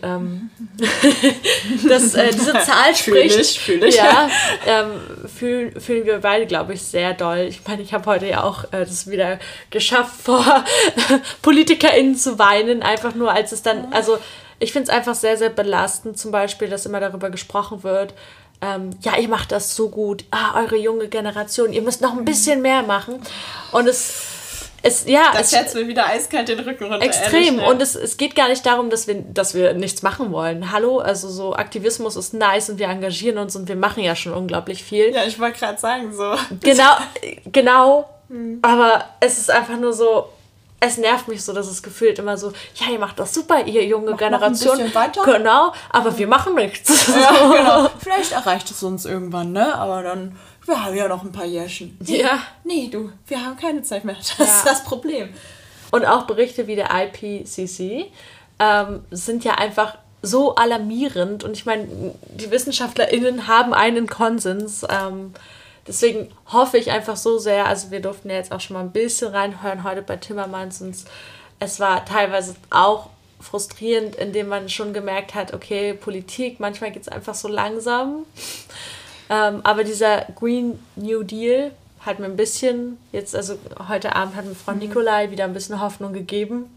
diese Zahl spricht. Fühl ich. Ja, fühlen wir beide, glaube ich, sehr doll. Ich meine, ich habe heute ja auch das wieder geschafft, vor PolitikerInnen zu weinen, einfach nur als es dann, also ich finde es einfach sehr, sehr belastend, zum Beispiel, dass immer darüber gesprochen wird, ja, ihr macht das so gut, eure junge Generation, ihr müsst noch ein bisschen mehr machen. Und es fährt mir wieder eiskalt den Rücken runter. Extrem. Und es geht gar nicht darum, dass wir nichts machen wollen. Hallo, also so Aktivismus ist nice und wir engagieren uns und wir machen ja schon unglaublich viel. Ja, ich wollte gerade sagen, so. Genau. Aber es ist einfach nur so, es nervt mich so, dass es gefühlt immer so, ja, ihr macht das super, ihr junge Generation. Ein bisschen weiter. Genau, aber wir machen nichts. Ja, genau. Vielleicht erreicht es uns irgendwann, ne? Aber dann, wir haben ja noch ein paar Jährchen. Ja. Nee, wir haben keine Zeit mehr. Das ist das Problem. Und auch Berichte wie der IPCC sind ja einfach so alarmierend. Und ich meine, die WissenschaftlerInnen haben einen Konsens. Deswegen hoffe ich einfach so sehr, also wir durften ja jetzt auch schon mal ein bisschen reinhören heute bei Timmermans und es war teilweise auch frustrierend, indem man schon gemerkt hat, okay, Politik, manchmal geht es einfach so langsam. Aber dieser Green New Deal hat mir ein bisschen, jetzt, also heute Abend hat mir Frau Nicolai wieder ein bisschen Hoffnung gegeben.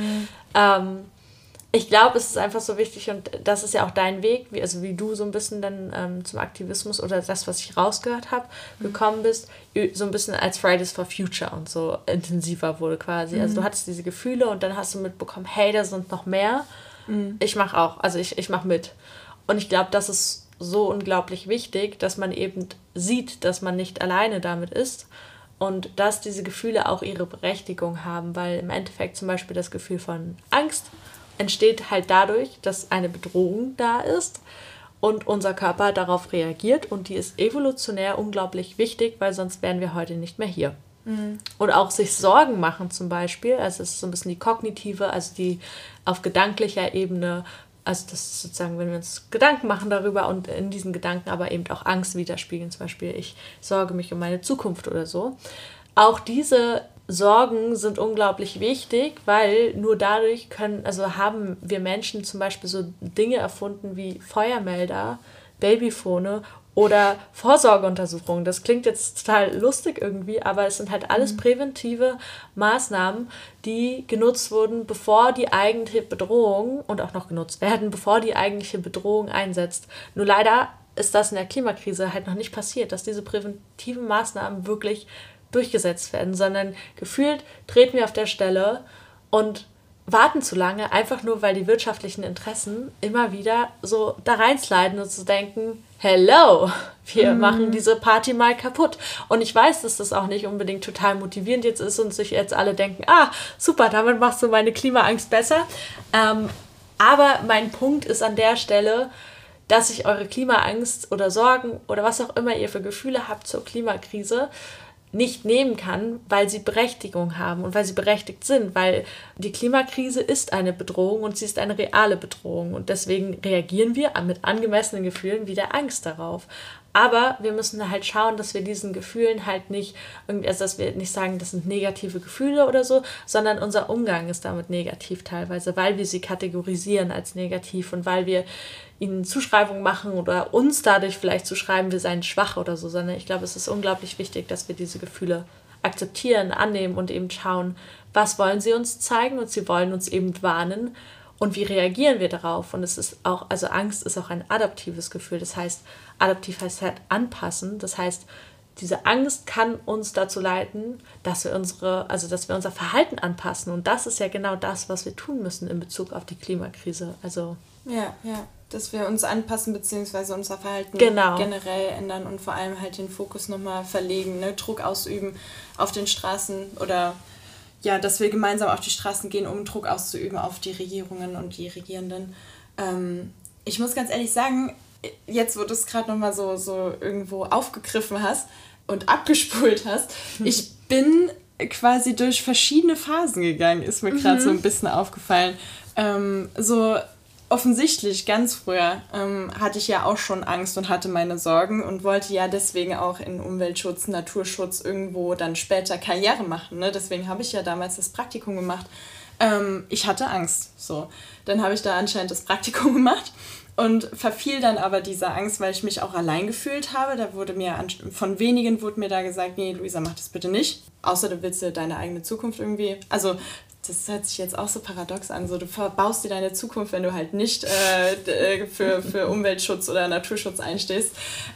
Ich glaube, es ist einfach so wichtig und das ist ja auch dein Weg, wie du so ein bisschen dann zum Aktivismus oder das, was ich rausgehört habe, gekommen bist, so ein bisschen als Fridays for Future und so intensiver wurde quasi. Also du hattest diese Gefühle und dann hast du mitbekommen, hey, da sind noch mehr. Ich mache auch, also ich mache mit. Und ich glaube, das ist so unglaublich wichtig, dass man eben sieht, dass man nicht alleine damit ist und dass diese Gefühle auch ihre Berechtigung haben, weil im Endeffekt zum Beispiel das Gefühl von Angst entsteht halt dadurch, dass eine Bedrohung da ist und unser Körper darauf reagiert und die ist evolutionär unglaublich wichtig, weil sonst wären wir heute nicht mehr hier. Und auch sich Sorgen machen zum Beispiel, also es ist so ein bisschen die kognitive, also die auf gedanklicher Ebene, also das ist sozusagen, wenn wir uns Gedanken machen darüber und in diesen Gedanken aber eben auch Angst widerspiegeln, zum Beispiel ich sorge mich um meine Zukunft oder so. Auch diese Sorgen sind unglaublich wichtig, weil nur dadurch haben wir Menschen zum Beispiel so Dinge erfunden wie Feuermelder, Babyphone oder Vorsorgeuntersuchungen. Das klingt jetzt total lustig irgendwie, aber es sind halt alles präventive Maßnahmen, die genutzt wurden, bevor die eigentliche Bedrohung und auch noch genutzt werden, bevor die eigentliche Bedrohung einsetzt. Nur leider ist das in der Klimakrise halt noch nicht passiert, dass diese präventiven Maßnahmen wirklich durchgesetzt werden, sondern gefühlt treten wir auf der Stelle und warten zu lange, einfach nur, weil die wirtschaftlichen Interessen immer wieder so da reinsliden und zu denken, hello, wir machen diese Party mal kaputt. Und ich weiß, dass das auch nicht unbedingt total motivierend jetzt ist und sich jetzt alle denken, super, damit machst du meine Klimaangst besser. Aber mein Punkt ist an der Stelle, dass ich eure Klimaangst oder Sorgen oder was auch immer ihr für Gefühle habt zur Klimakrise nicht nehmen kann, weil sie Berechtigung haben und weil sie berechtigt sind, weil die Klimakrise ist eine Bedrohung und sie ist eine reale Bedrohung und deswegen reagieren wir mit angemessenen Gefühlen wie der Angst darauf. Aber wir müssen halt schauen, dass wir diesen Gefühlen halt nicht, also dass wir nicht sagen, das sind negative Gefühle oder so, sondern unser Umgang ist damit negativ teilweise, weil wir sie kategorisieren als negativ und weil wir ihnen Zuschreibungen machen oder uns dadurch vielleicht zuschreiben, wir seien schwach oder so, sondern ich glaube, es ist unglaublich wichtig, dass wir diese Gefühle akzeptieren, annehmen und eben schauen, was wollen sie uns zeigen und sie wollen uns eben warnen und wie reagieren wir darauf und es ist auch, also Angst ist auch ein adaptives Gefühl, das heißt, adaptiv heißt halt anpassen, das heißt, diese Angst kann uns dazu leiten, dass wir unser Verhalten anpassen und das ist ja genau das, was wir tun müssen in Bezug auf die Klimakrise, also ja, dass wir uns anpassen bzw. unser Verhalten generell ändern und vor allem halt den Fokus nochmal verlegen, ne? Druck ausüben auf den Straßen oder ja, dass wir gemeinsam auf die Straßen gehen, um Druck auszuüben auf die Regierungen und die Regierenden. Ich muss ganz ehrlich sagen, jetzt wo du es gerade nochmal so irgendwo aufgegriffen hast und abgespult hast, ich bin quasi durch verschiedene Phasen gegangen, ist mir gerade so ein bisschen aufgefallen. So offensichtlich, ganz früher hatte ich ja auch schon Angst und hatte meine Sorgen und wollte ja deswegen auch in Umweltschutz, Naturschutz irgendwo dann später Karriere machen. Ne? Deswegen habe ich ja damals das Praktikum gemacht. Ich hatte Angst. So. Dann habe ich da anscheinend das Praktikum gemacht und verfiel dann aber dieser Angst, weil ich mich auch allein gefühlt habe. Da wurde mir von wenigen wurde mir da gesagt, nee, Luisa, mach das bitte nicht. Außer du willst dir deine eigene Zukunft irgendwie... Also das hört sich jetzt auch so paradox an. So, du verbaust dir deine Zukunft, wenn du halt nicht für Umweltschutz oder Naturschutz einstehst.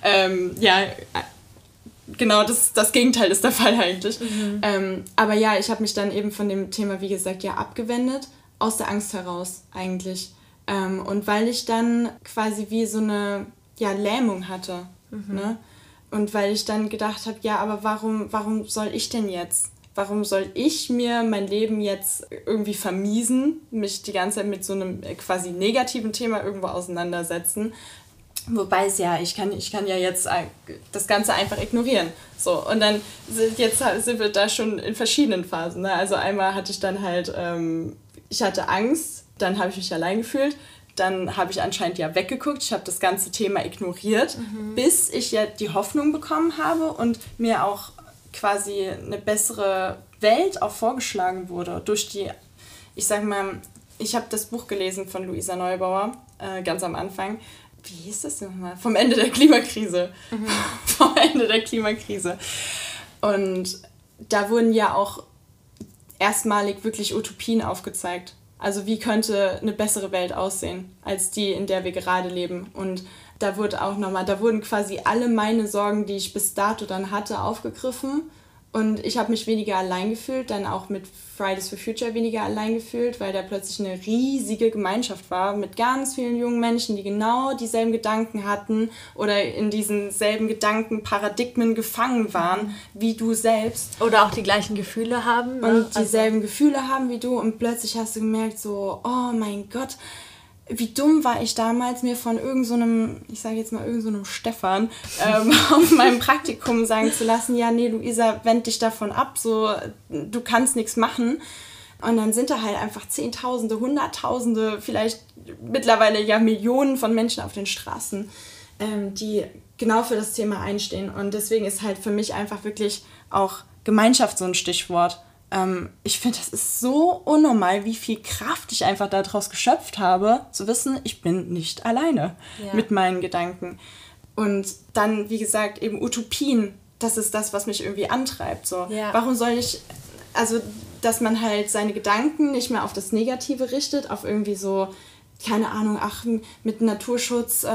Genau, das Gegenteil ist der Fall eigentlich. Aber ja, ich habe mich dann eben von dem Thema, wie gesagt, ja abgewendet, aus der Angst heraus eigentlich. Und weil ich dann quasi wie so eine Lähmung hatte. Ne? Und weil ich dann gedacht habe, ja, aber warum soll ich denn jetzt? Warum soll ich mir mein Leben jetzt irgendwie vermiesen, mich die ganze Zeit mit so einem quasi negativen Thema irgendwo auseinandersetzen? Wobei es ja, ich kann ja jetzt das Ganze einfach ignorieren. So, und dann sind wir da schon in verschiedenen Phasen. Ne? Also einmal hatte ich dann halt, ich hatte Angst, dann habe ich mich allein gefühlt, dann habe ich anscheinend ja weggeguckt, ich habe das ganze Thema ignoriert, bis ich ja die Hoffnung bekommen habe und mir auch quasi eine bessere Welt auch vorgeschlagen wurde durch die, ich sag mal, ich habe das Buch gelesen von Luisa Neubauer, ganz am Anfang. Wie hieß das denn nochmal? Vom Ende der Klimakrise. Vom Ende der Klimakrise. Und da wurden ja auch erstmalig wirklich Utopien aufgezeigt. Also wie könnte eine bessere Welt aussehen, als die, in der wir gerade leben. Und da wurden quasi alle meine Sorgen, die ich bis dato dann hatte, aufgegriffen. Und ich habe mich weniger allein gefühlt, dann auch mit Fridays for Future weniger allein gefühlt, weil da plötzlich eine riesige Gemeinschaft war mit ganz vielen jungen Menschen, die genau dieselben Gedanken hatten oder in diesen selben Gedankenparadigmen gefangen waren, wie du selbst. Oder auch die gleichen Gefühle haben. Ne? Und dieselben Gefühle haben wie du und plötzlich hast du gemerkt so, oh mein Gott, wie dumm war ich damals, mir von irgendeinem Stefan auf meinem Praktikum sagen zu lassen, ja, nee, Luisa, wend dich davon ab, so, du kannst nichts machen. Und dann sind da halt einfach Zehntausende, Hunderttausende, vielleicht mittlerweile ja Millionen von Menschen auf den Straßen, die genau für das Thema einstehen. Und deswegen ist halt für mich einfach wirklich auch Gemeinschaft so ein Stichwort. Ich finde, das ist so unnormal, wie viel Kraft ich einfach daraus geschöpft habe, zu wissen, ich bin nicht alleine mit meinen Gedanken. Und dann, wie gesagt, eben Utopien, das ist das, was mich irgendwie antreibt. So. Ja. Warum soll ich, also, dass man halt seine Gedanken nicht mehr auf das Negative richtet, auf irgendwie so, keine Ahnung, mit Naturschutz,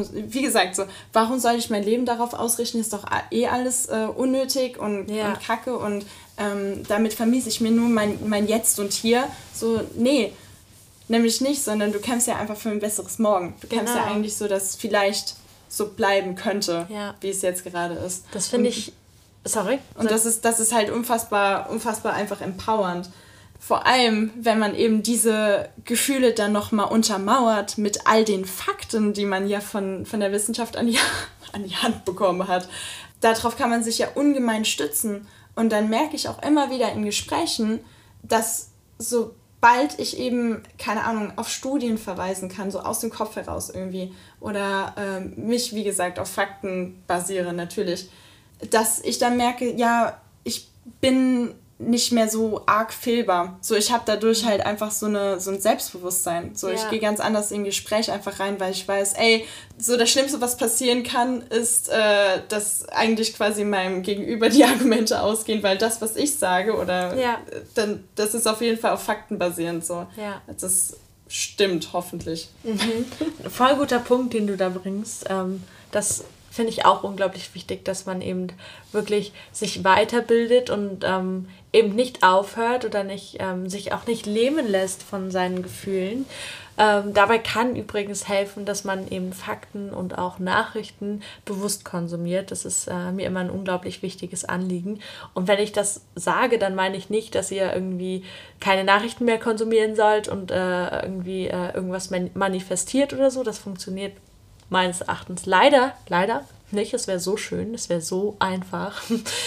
warum soll ich mein Leben darauf ausrichten, ist doch alles unnötig und kacke und damit vermiese ich mir nur mein Jetzt und Hier. So, nee, nämlich nicht, sondern du kämpfst ja einfach für ein besseres Morgen. Du kämpfst ja eigentlich so, dass es vielleicht so bleiben könnte, wie es jetzt gerade ist. Das finde ich, sorry. Und das ist halt unfassbar einfach empowernd. Vor allem, wenn man eben diese Gefühle dann nochmal untermauert mit all den Fakten, die man ja von der Wissenschaft an die Hand bekommen hat. Darauf kann man sich ja ungemein stützen. Und dann merke ich auch immer wieder in Gesprächen, dass sobald ich eben, keine Ahnung, auf Studien verweisen kann, so aus dem Kopf heraus irgendwie, oder mich, wie gesagt, auf Fakten basiere natürlich, dass ich dann merke, ja, ich bin nicht mehr so arg fehlbar. So, ich habe dadurch halt einfach so ein Selbstbewusstsein. So, ich gehe ganz anders in ein Gespräch einfach rein, weil ich weiß, so das Schlimmste, was passieren kann, ist, dass eigentlich quasi meinem Gegenüber die Argumente ausgehen, weil das, was ich sage, dann, das ist auf jeden Fall auf Fakten basierend. So. Ja. Das stimmt, hoffentlich. Voll guter Punkt, den du da bringst. Das finde ich auch unglaublich wichtig, dass man eben wirklich sich weiterbildet und eben nicht aufhört oder sich auch nicht lähmen lässt von seinen Gefühlen. Dabei kann übrigens helfen, dass man eben Fakten und auch Nachrichten bewusst konsumiert. Das ist mir immer ein unglaublich wichtiges Anliegen. Und wenn ich das sage, dann meine ich nicht, dass ihr irgendwie keine Nachrichten mehr konsumieren sollt und irgendwas manifestiert oder so. Das funktioniert meines Erachtens leider nicht. Es wäre so schön, es wäre so einfach.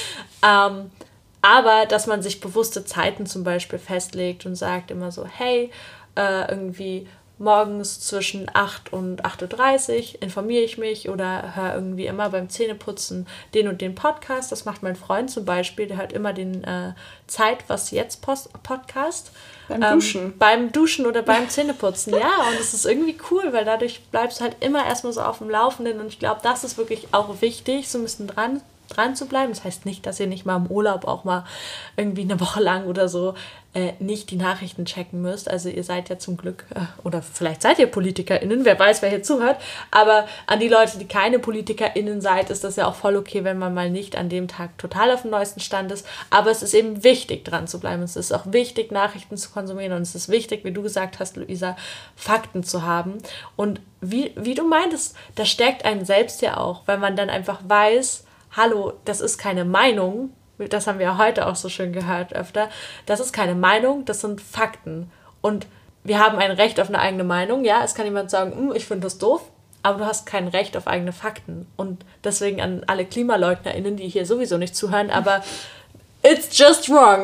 Aber dass man sich bewusste Zeiten zum Beispiel festlegt und sagt immer so, hey, irgendwie morgens zwischen 8 und 8.30 Uhr informiere ich mich oder höre irgendwie immer beim Zähneputzen den und den Podcast. Das macht mein Freund zum Beispiel, der hört immer den Zeit, was jetzt Podcast. Beim Duschen oder beim Zähneputzen, ja. Und es ist irgendwie cool, weil dadurch bleibst du halt immer erstmal so auf dem Laufenden. Und ich glaube, das ist wirklich auch wichtig, so ein bisschen dran zu bleiben. Das heißt nicht, dass ihr nicht mal im Urlaub auch mal irgendwie eine Woche lang oder so nicht die Nachrichten checken müsst. Also ihr seid ja zum Glück, oder vielleicht seid ihr PolitikerInnen, wer weiß, wer hier zuhört, aber an die Leute, die keine PolitikerInnen seid, ist das ja auch voll okay, wenn man mal nicht an dem Tag total auf dem neuesten Stand ist. Aber es ist eben wichtig, dran zu bleiben. Es ist auch wichtig, Nachrichten zu konsumieren und es ist wichtig, wie du gesagt hast, Luisa, Fakten zu haben. Und wie du meintest, das stärkt einen selbst ja auch, weil man dann einfach weiß, hallo, das ist keine Meinung, das haben wir ja heute auch so schön gehört öfter, das ist keine Meinung, das sind Fakten. Und wir haben ein Recht auf eine eigene Meinung, ja, es kann jemand sagen, ich finde das doof, aber du hast kein Recht auf eigene Fakten. Und deswegen an alle KlimaleugnerInnen, die hier sowieso nicht zuhören, aber it's just wrong.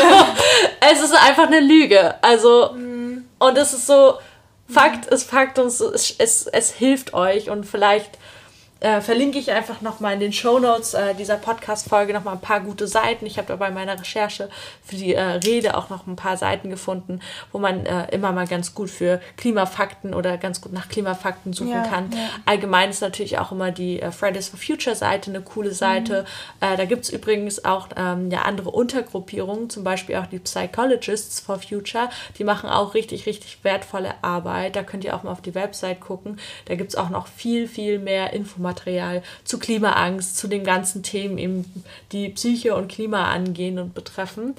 Es ist einfach eine Lüge. Also, und es ist so, Fakt ist Fakt und es hilft euch und vielleicht verlinke ich einfach nochmal in den Shownotes dieser Podcast-Folge nochmal ein paar gute Seiten. Ich habe da bei meiner Recherche für die Rede auch noch ein paar Seiten gefunden, wo man immer mal ganz gut für Klimafakten oder ganz gut nach Klimafakten suchen kann. Ja. Allgemein ist natürlich auch immer die Fridays for Future Seite eine coole Seite. Da gibt es übrigens auch andere Untergruppierungen, zum Beispiel auch die Psychologists for Future. Die machen auch richtig, richtig wertvolle Arbeit. Da könnt ihr auch mal auf die Website gucken. Da gibt es auch noch viel, viel mehr Informationen zu Klimaangst, zu den ganzen Themen, eben, die Psyche und Klima angehen und betreffen.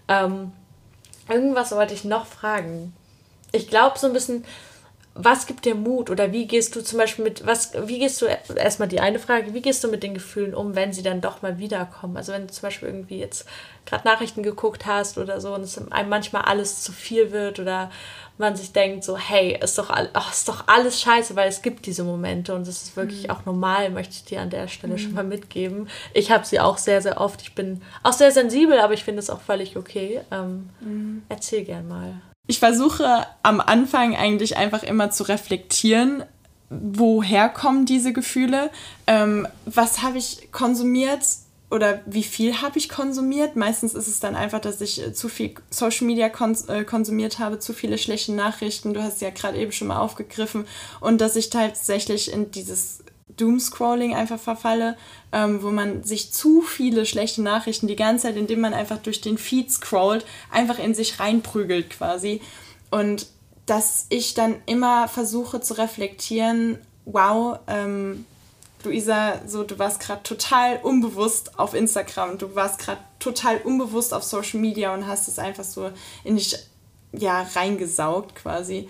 Irgendwas wollte ich noch fragen. Ich glaube so ein bisschen, was gibt dir Mut oder wie gehst du zum Beispiel erstmal die eine Frage, wie gehst du mit den Gefühlen um, wenn sie dann doch mal wiederkommen? Also wenn du zum Beispiel irgendwie jetzt gerade Nachrichten geguckt hast oder so und es einem manchmal alles zu viel wird oder man sich denkt so, hey, ist doch alles scheiße, weil es gibt diese Momente und es ist wirklich auch normal, möchte ich dir an der Stelle schon mal mitgeben. Ich habe sie auch sehr, sehr oft. Ich bin auch sehr sensibel, aber ich finde es auch völlig okay. Erzähl gern mal. Ich versuche am Anfang eigentlich einfach immer zu reflektieren, woher kommen diese Gefühle, was habe ich konsumiert oder wie viel habe ich konsumiert. Meistens ist es dann einfach, dass ich zu viel Social Media konsumiert habe, zu viele schlechte Nachrichten, du hast ja gerade eben schon mal aufgegriffen, und dass ich tatsächlich in dieses Doomscrolling einfach verfalle, wo man sich zu viele schlechte Nachrichten die ganze Zeit, indem man einfach durch den Feed scrollt, einfach in sich reinprügelt quasi. Und dass ich dann immer versuche zu reflektieren, wow, Luisa, so, du warst gerade total unbewusst auf Instagram, du warst gerade total unbewusst auf Social Media und hast es einfach so in dich reingesaugt quasi.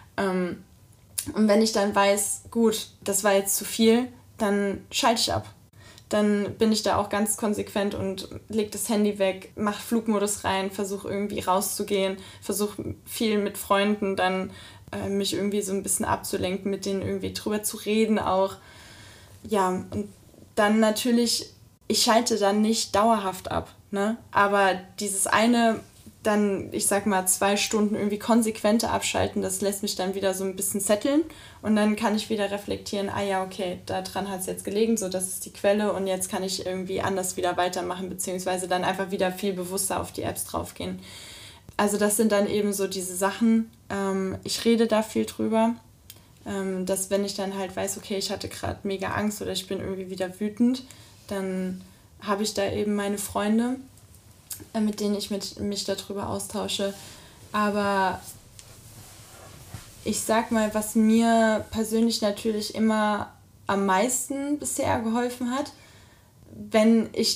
Und wenn ich dann weiß, gut, das war jetzt zu viel, dann schalte ich ab. Dann bin ich da auch ganz konsequent und leg das Handy weg, mach Flugmodus rein, versuche irgendwie rauszugehen, versuche viel mit Freunden dann mich irgendwie so ein bisschen abzulenken, mit denen irgendwie drüber zu reden auch. Ja, und dann natürlich, ich schalte dann nicht dauerhaft ab, ne? Aber dieses eine, dann, ich sag mal, 2 Stunden irgendwie konsequenter abschalten, das lässt mich dann wieder so ein bisschen setteln und dann kann ich wieder reflektieren, okay, daran hat es jetzt gelegen, so, das ist die Quelle und jetzt kann ich irgendwie anders wieder weitermachen, beziehungsweise dann einfach wieder viel bewusster auf die Apps draufgehen. Also das sind dann eben so diese Sachen, ich rede da viel drüber, dass wenn ich dann halt weiß, okay, ich hatte gerade mega Angst oder ich bin irgendwie wieder wütend, dann habe ich da eben meine Freunde, mit denen ich mich darüber austausche. Aber ich sag mal, was mir persönlich natürlich immer am meisten bisher geholfen hat, wenn ich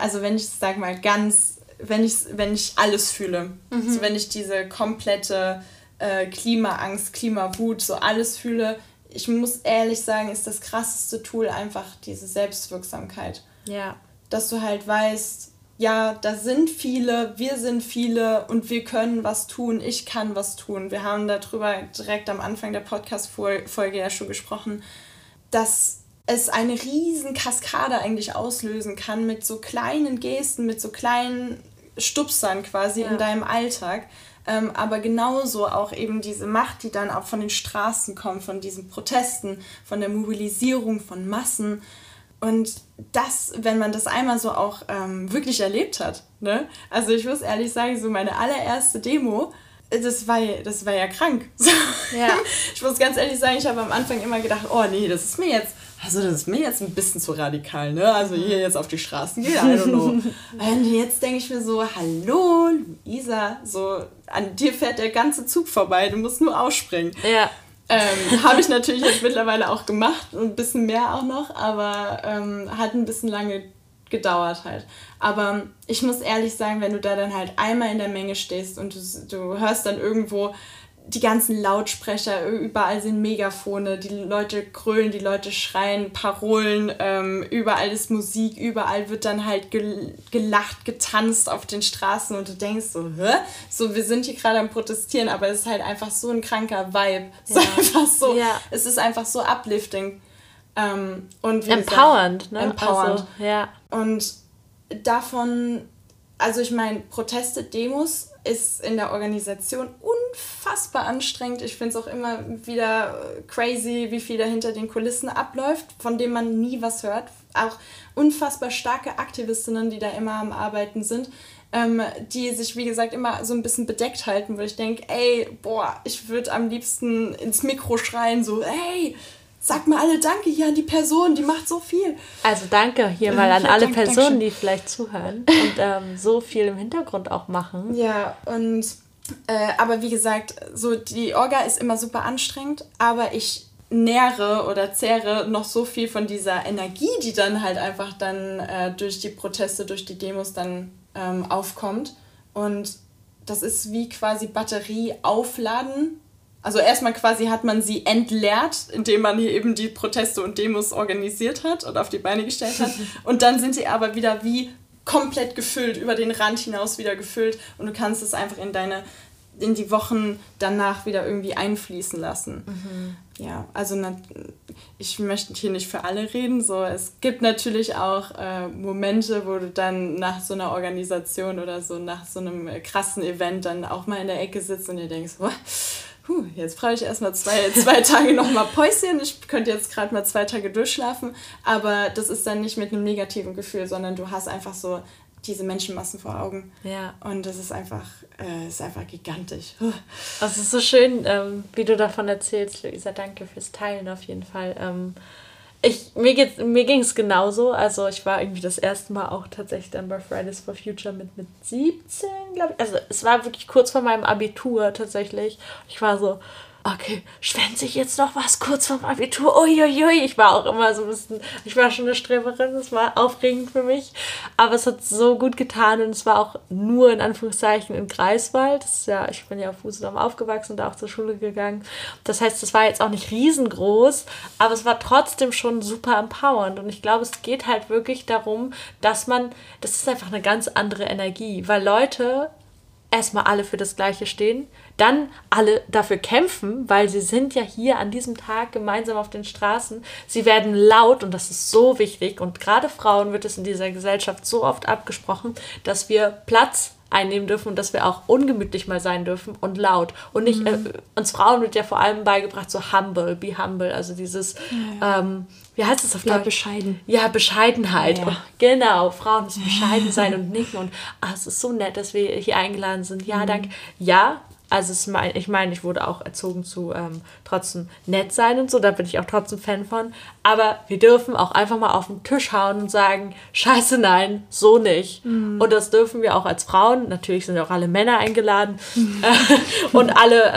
alles fühle, so wenn ich diese komplette Klimaangst, Klimawut, so alles fühle, ich muss ehrlich sagen, ist das krasseste Tool einfach diese Selbstwirksamkeit. Ja. Dass du halt weißt, ja, da sind viele, wir sind viele und wir können was tun, ich kann was tun. Wir haben darüber direkt am Anfang der Podcast-Folge ja schon gesprochen, dass es eine riesen Kaskade eigentlich auslösen kann mit so kleinen Gesten, mit so kleinen Stupsern quasi in deinem Alltag. aber genauso auch eben diese Macht, die dann auch von den Straßen kommt, von diesen Protesten, von der Mobilisierung von Massen. Und das, wenn man das einmal so auch wirklich erlebt hat, ne? Also ich muss ehrlich sagen, so meine allererste Demo, das war ja krank. Ja. Ich muss ganz ehrlich sagen, ich habe am Anfang immer gedacht, oh nee, das ist mir jetzt ein bisschen zu radikal, ne? Also hier jetzt auf die Straßen gehen, I don't know. Und jetzt denke ich mir so, hallo Luisa, so an dir fährt der ganze Zug vorbei, du musst nur ausspringen. Ja. Habe ich natürlich jetzt mittlerweile auch gemacht, ein bisschen mehr auch noch, aber hat ein bisschen lange gedauert halt. Aber ich muss ehrlich sagen, wenn du da dann halt einmal in der Menge stehst und du hörst dann irgendwo die ganzen Lautsprecher, überall sind Megafone, die Leute grölen, die Leute schreien, Parolen, überall ist Musik, überall wird dann halt gelacht, getanzt auf den Straßen und du denkst so, hä? So, wir sind hier gerade am Protestieren, aber es ist halt einfach so ein kranker Vibe. Ja. Es ist einfach so uplifting. Und empowernd, ne? Empowernd. Also, ja. Und davon, also ich meine, Proteste, Demos ist in der Organisation unfassbar anstrengend. Ich finde es auch immer wieder crazy, wie viel da hinter den Kulissen abläuft, von dem man nie was hört. Auch unfassbar starke Aktivistinnen, die da immer am Arbeiten sind, die sich, wie gesagt, immer so ein bisschen bedeckt halten, wo ich denke, ich würde am liebsten ins Mikro schreien, so, ey, sag mal alle Danke hier an die Person, die macht so viel. Also danke hier mal an alle Personen, die vielleicht zuhören und so viel im Hintergrund auch machen. Ja, und aber wie gesagt, so die Orga ist immer super anstrengend, aber ich nähre oder zehre noch so viel von dieser Energie, die dann halt einfach dann durch die Proteste, durch die Demos dann aufkommt. Und das ist wie quasi Batterie aufladen. Also erstmal quasi hat man sie entleert, indem man hier eben die Proteste und Demos organisiert hat und auf die Beine gestellt hat. Und dann sind sie aber wieder wie komplett gefüllt, über den Rand hinaus wieder gefüllt. Und du kannst es einfach in die Wochen danach wieder irgendwie einfließen lassen. Mhm. Ja, also ich möchte hier nicht für alle reden. So, es gibt natürlich auch Momente, wo du dann nach so einer Organisation oder so, nach so einem krassen Event dann auch mal in der Ecke sitzt und dir denkst, jetzt brauche ich erstmal zwei Tage nochmal Päuschen. Ich könnte jetzt gerade mal 2 Tage durchschlafen. Aber das ist dann nicht mit einem negativen Gefühl, sondern du hast einfach so diese Menschenmassen vor Augen. Ja. Und das ist einfach gigantisch. Es ist so schön, wie du davon erzählst, Luisa. Danke fürs Teilen auf jeden Fall. Mir ging es genauso. Also ich war irgendwie das erste Mal auch tatsächlich dann bei Fridays for Future mit 17, glaube ich. Also es war wirklich kurz vor meinem Abitur tatsächlich. Ich war so, okay, schwänze ich jetzt noch was kurz vorm Abitur? Uiuiui. Ich war auch immer so ein bisschen, ich war schon eine Streberin, das war aufregend für mich. Aber es hat so gut getan und es war auch nur in Anführungszeichen in Greifswald. Das ist ja, ich bin ja auf Usedom aufgewachsen und da auch zur Schule gegangen. Das heißt, es war jetzt auch nicht riesengroß, aber es war trotzdem schon super empowernd. Und ich glaube, es geht halt wirklich darum, das ist einfach eine ganz andere Energie, weil Leute erstmal alle für das Gleiche stehen, dann alle dafür kämpfen, weil sie sind ja hier an diesem Tag gemeinsam auf den Straßen. Sie werden laut und das ist so wichtig und gerade Frauen wird es in dieser Gesellschaft so oft abgesprochen, dass wir Platz einnehmen dürfen und dass wir auch ungemütlich mal sein dürfen und laut. Und nicht, uns Frauen wird ja vor allem beigebracht, so be humble, also dieses, wie heißt es auf Deutsch? Ja, bescheiden. Ja, Bescheidenheit. Ja. Genau, Frauen müssen bescheiden sein und nicken und es ist so nett, dass wir hier eingeladen sind. Ja, danke. Ja, also ich meine, ich wurde auch erzogen zu trotzdem nett sein und so, da bin ich auch trotzdem Fan von. Aber wir dürfen auch einfach mal auf den Tisch hauen und sagen, scheiße, nein, so nicht. Mhm. Und das dürfen wir auch als Frauen. Natürlich sind auch alle Männer eingeladen. Und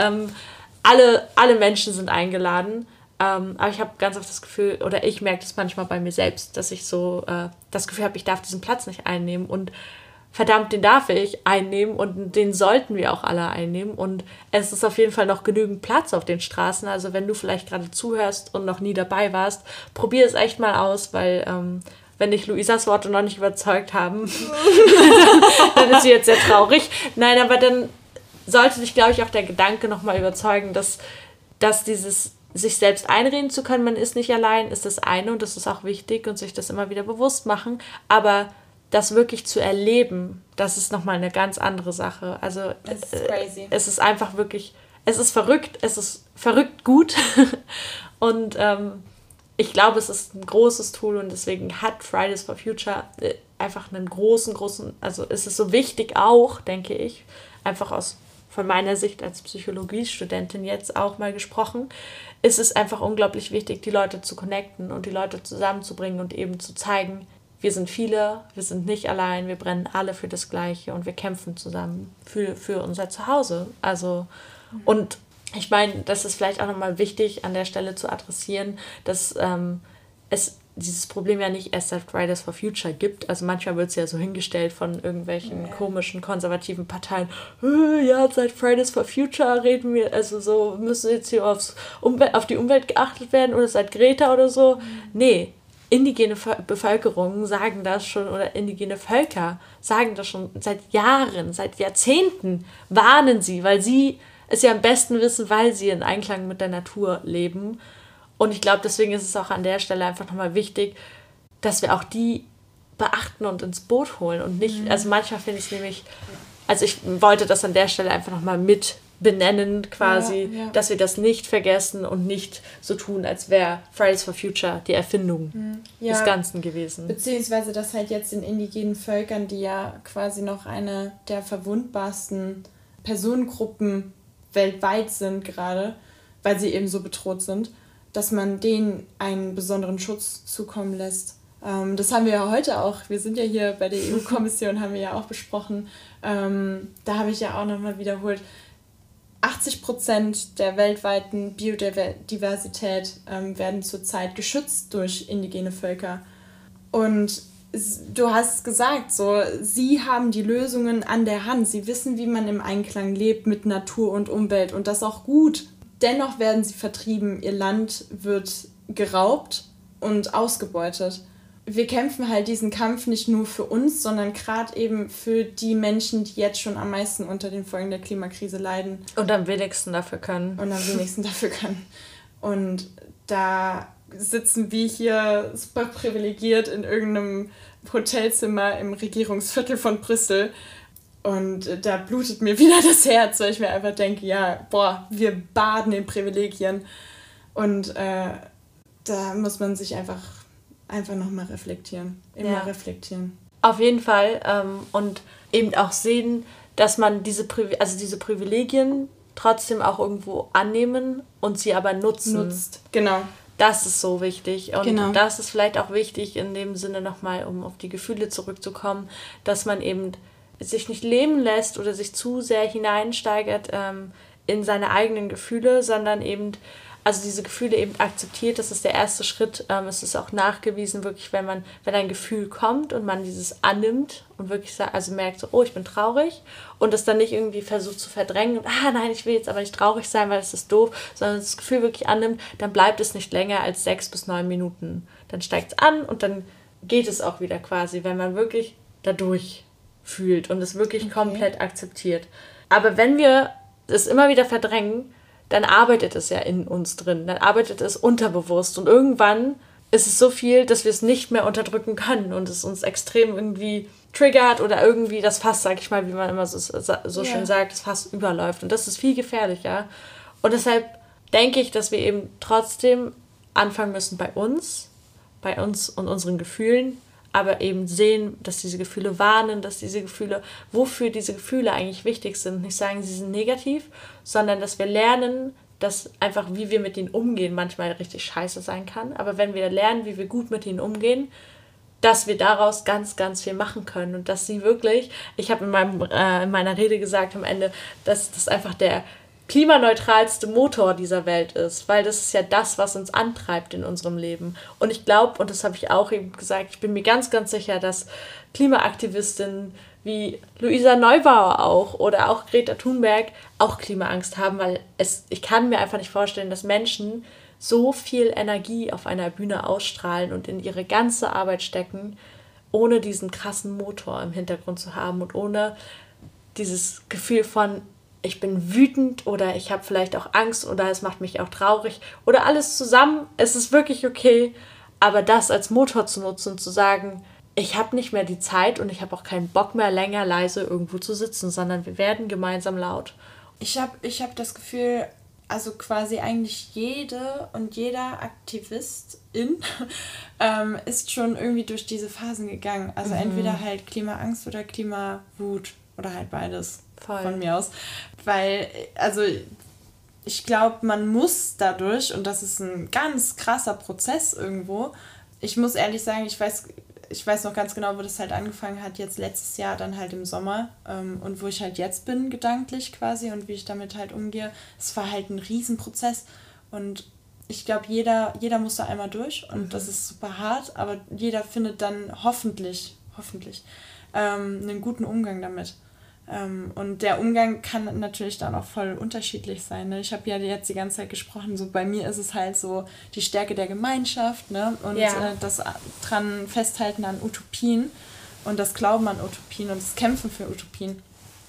alle Menschen sind eingeladen. Aber ich habe ganz oft das Gefühl, oder ich merke das manchmal bei mir selbst, dass ich so das Gefühl habe, ich darf diesen Platz nicht einnehmen und verdammt, den darf ich einnehmen und den sollten wir auch alle einnehmen und es ist auf jeden Fall noch genügend Platz auf den Straßen, also wenn du vielleicht gerade zuhörst und noch nie dabei warst, probier es echt mal aus, weil wenn dich Luisas Worte noch nicht überzeugt haben, dann ist sie jetzt sehr traurig. Nein, aber dann sollte dich, glaube ich, auch der Gedanke nochmal überzeugen, dass dieses sich selbst einreden zu können, man ist nicht allein, ist das eine und das ist auch wichtig und sich das immer wieder bewusst machen, aber das wirklich zu erleben, das ist nochmal eine ganz andere Sache. Also das ist crazy. Es ist einfach wirklich, es ist verrückt gut und ich glaube, es ist ein großes Tool und deswegen hat Fridays for Future einfach einen großen, also es ist so wichtig auch, denke ich, einfach von meiner Sicht als Psychologiestudentin jetzt auch mal gesprochen, ist es einfach unglaublich wichtig, die Leute zu connecten und die Leute zusammenzubringen und eben zu zeigen, wir sind viele, wir sind nicht allein, wir brennen alle für das Gleiche und wir kämpfen zusammen für unser Zuhause. Also, und ich meine, das ist vielleicht auch nochmal wichtig an der Stelle zu adressieren, dass es dieses Problem ja nicht erst seit Fridays for Future gibt. Also manchmal wird es ja so hingestellt von irgendwelchen komischen konservativen Parteien, ja, seit Fridays for Future reden wir, also so müssen jetzt hier auf die Umwelt geachtet werden oder seit Greta oder so. Nee, indigene Bevölkerungen sagen das schon oder indigene Völker sagen das schon seit Jahren, seit Jahrzehnten, warnen sie, weil sie es ja am besten wissen, weil sie in Einklang mit der Natur leben. Und ich glaube, deswegen ist es auch an der Stelle einfach nochmal wichtig, dass wir auch die beachten und ins Boot holen und nicht, also manchmal finde ich es nämlich, also ich wollte das an der Stelle einfach nochmal mit benennen quasi, dass wir das nicht vergessen und nicht so tun, als wäre Fridays for Future die Erfindung des Ganzen gewesen. Beziehungsweise, dass halt jetzt den indigenen Völkern, die ja quasi noch eine der verwundbarsten Personengruppen weltweit sind gerade, weil sie eben so bedroht sind, dass man denen einen besonderen Schutz zukommen lässt. Das haben wir ja heute auch, wir sind ja hier bei der EU-Kommission, haben wir ja auch besprochen, da habe ich ja auch nochmal wiederholt, 80% der weltweiten Biodiversität werden zurzeit geschützt durch indigene Völker. Und du hast gesagt, so, sie haben die Lösungen an der Hand. Sie wissen, wie man im Einklang lebt mit Natur und Umwelt und das auch gut. Dennoch werden sie vertrieben, ihr Land wird geraubt und ausgebeutet. Wir kämpfen halt diesen Kampf nicht nur für uns, sondern gerade eben für die Menschen, die jetzt schon am meisten unter den Folgen der Klimakrise leiden. Und am wenigsten dafür können. Und da sitzen wir hier super privilegiert in irgendeinem Hotelzimmer im Regierungsviertel von Brüssel. Und da blutet mir wieder das Herz, weil ich mir einfach denke, ja, boah, wir baden in Privilegien. Und da muss man sich einfach nochmal reflektieren. Reflektieren. Auf jeden Fall. Und eben auch sehen, dass man diese Privilegien trotzdem auch irgendwo annehmen und sie aber nutzt. Genau. Das ist so wichtig. Und das ist vielleicht auch wichtig in dem Sinne nochmal, um auf die Gefühle zurückzukommen, dass man eben sich nicht lähmen lässt oder sich zu sehr hineinsteigert in seine eigenen Gefühle, sondern eben also diese Gefühle eben akzeptiert, das ist der erste Schritt. Es ist auch nachgewiesen, wirklich, wenn ein Gefühl kommt und man dieses annimmt und wirklich also merkt so, oh, ich bin traurig und das dann nicht irgendwie versucht zu verdrängen und nein, ich will jetzt aber nicht traurig sein, weil das ist doof, sondern das Gefühl wirklich annimmt, dann bleibt es nicht länger als 6 bis 9 Minuten. Dann steigt es an und dann geht es auch wieder quasi, wenn man wirklich dadurch fühlt und es wirklich komplett akzeptiert. Aber wenn wir es immer wieder verdrängen, dann arbeitet es ja in uns drin, dann arbeitet es unterbewusst und irgendwann ist es so viel, dass wir es nicht mehr unterdrücken können und es uns extrem irgendwie triggert oder irgendwie das Fass, sag ich mal, wie man immer so schön sagt, das Fass überläuft und das ist viel gefährlicher. Und deshalb denke ich, dass wir eben trotzdem anfangen müssen bei uns und unseren Gefühlen, aber eben sehen, dass diese Gefühle warnen, wofür diese Gefühle eigentlich wichtig sind. Nicht sagen, sie sind negativ, sondern dass wir lernen, dass einfach, wie wir mit ihnen umgehen, manchmal richtig scheiße sein kann. Aber wenn wir lernen, wie wir gut mit ihnen umgehen, dass wir daraus ganz, ganz viel machen können. Und dass sie wirklich, ich habe in meiner Rede gesagt am Ende, dass das einfach der klimaneutralste Motor dieser Welt ist, weil das ist ja das, was uns antreibt in unserem Leben. Und ich glaube, und das habe ich auch eben gesagt, ich bin mir ganz, ganz sicher, dass Klimaaktivistinnen wie Luisa Neubauer auch oder auch Greta Thunberg auch Klimaangst haben, weil ich kann mir einfach nicht vorstellen, dass Menschen so viel Energie auf einer Bühne ausstrahlen und in ihre ganze Arbeit stecken, ohne diesen krassen Motor im Hintergrund zu haben und ohne dieses Gefühl von ich bin wütend oder ich habe vielleicht auch Angst oder es macht mich auch traurig oder alles zusammen, es ist wirklich okay, aber das als Motor zu nutzen und zu sagen, ich habe nicht mehr die Zeit und ich habe auch keinen Bock mehr, länger leise irgendwo zu sitzen, sondern wir werden gemeinsam laut. Ich hab das Gefühl, also quasi eigentlich jede und jeder Aktivistin ist schon irgendwie durch diese Phasen gegangen. Also entweder halt Klimaangst oder Klimawut oder halt beides. Voll. Von mir aus. Weil, also ich glaube, man muss dadurch, und das ist ein ganz krasser Prozess irgendwo, ich muss ehrlich sagen, ich weiß noch ganz genau, wo das halt angefangen hat, jetzt letztes Jahr, dann halt im Sommer und wo ich halt jetzt bin, gedanklich quasi, und wie ich damit halt umgehe. Es war halt ein Riesenprozess und ich glaube, jeder muss da einmal durch und das ist super hart, aber jeder findet dann hoffentlich einen guten Umgang damit. Und der Umgang kann natürlich dann auch voll unterschiedlich sein. Ne? Ich habe ja jetzt die ganze Zeit gesprochen, so bei mir ist es halt so die Stärke der Gemeinschaft, ne? Und das dran festhalten an Utopien und das Glauben an Utopien und das Kämpfen für Utopien.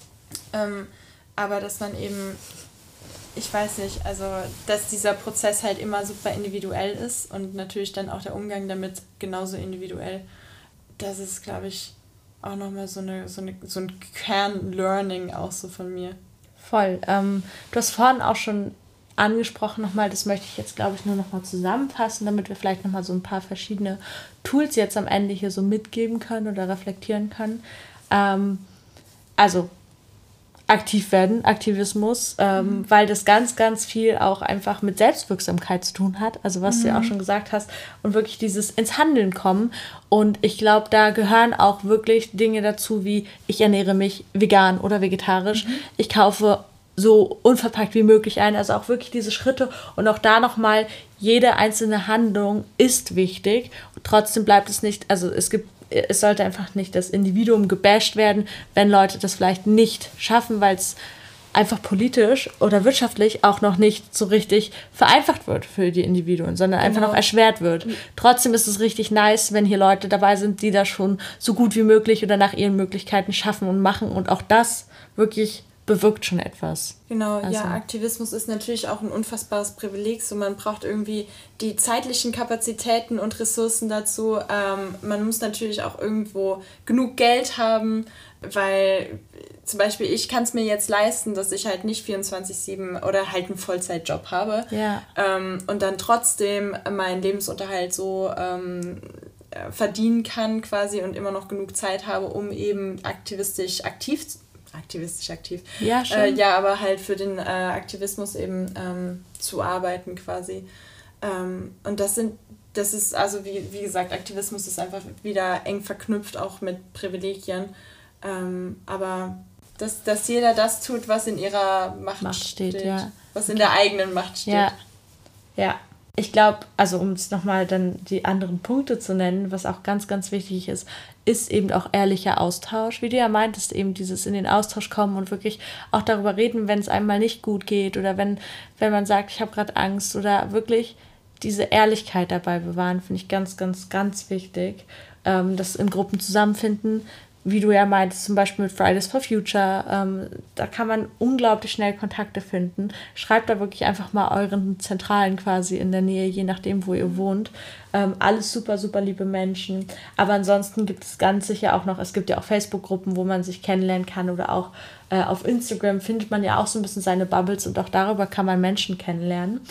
Aber dass man eben, ich weiß nicht, also dass dieser Prozess halt immer super individuell ist und natürlich dann auch der Umgang damit genauso individuell. Das ist, glaube ich, auch nochmal so ein Kern-Learning auch so von mir. Voll. Du hast vorhin auch schon angesprochen nochmal, das möchte ich jetzt, glaube ich, nur nochmal zusammenfassen, damit wir vielleicht nochmal so ein paar verschiedene Tools jetzt am Ende hier so mitgeben können oder reflektieren können. Also aktiv werden, Aktivismus, weil das ganz, ganz viel auch einfach mit Selbstwirksamkeit zu tun hat, also was du ja auch schon gesagt hast, und wirklich dieses ins Handeln kommen. Und ich glaube, da gehören auch wirklich Dinge dazu, wie ich ernähre mich vegan oder vegetarisch, ich kaufe so unverpackt wie möglich ein, also auch wirklich diese Schritte und auch da nochmal, jede einzelne Handlung ist wichtig und trotzdem bleibt es nicht, also es sollte einfach nicht das Individuum gebasht werden, wenn Leute das vielleicht nicht schaffen, weil es einfach politisch oder wirtschaftlich auch noch nicht so richtig vereinfacht wird für die Individuen, sondern einfach noch erschwert wird. Trotzdem ist es richtig nice, wenn hier Leute dabei sind, die das schon so gut wie möglich oder nach ihren Möglichkeiten schaffen und machen und auch das wirklich bewirkt schon etwas. Genau, also. Ja, Aktivismus ist natürlich auch ein unfassbares Privileg, so man braucht irgendwie die zeitlichen Kapazitäten und Ressourcen dazu. Man muss natürlich auch irgendwo genug Geld haben, weil zum Beispiel ich kann es mir jetzt leisten, dass ich halt nicht 24/7 oder halt einen Vollzeitjob habe und dann trotzdem meinen Lebensunterhalt so verdienen kann quasi und immer noch genug Zeit habe, um eben aktivistisch aktiv. Ja, schon. Aber halt für den Aktivismus eben zu arbeiten quasi. Und das ist also wie gesagt, Aktivismus ist einfach wieder eng verknüpft auch mit Privilegien. Aber dass jeder das tut, was in ihrer Macht steht. Ja. Was in der eigenen Macht steht. Ja. Ich glaube, also um es nochmal dann die anderen Punkte zu nennen, was auch ganz, ganz wichtig ist eben auch ehrlicher Austausch. Wie du ja meintest, eben dieses in den Austausch kommen und wirklich auch darüber reden, wenn es einem mal nicht gut geht oder wenn man sagt, ich habe gerade Angst oder wirklich diese Ehrlichkeit dabei bewahren, finde ich ganz, ganz, ganz wichtig. Das in Gruppen zusammenfinden, wie du ja meintest, zum Beispiel mit Fridays for Future, da kann man unglaublich schnell Kontakte finden. Schreibt da wirklich einfach mal euren Zentralen quasi in der Nähe, je nachdem, wo ihr wohnt. Alles super, super liebe Menschen. Aber ansonsten gibt es ganz sicher auch noch, es gibt ja auch Facebook-Gruppen, wo man sich kennenlernen kann oder auch auf Instagram findet man ja auch so ein bisschen seine Bubbles und auch darüber kann man Menschen kennenlernen.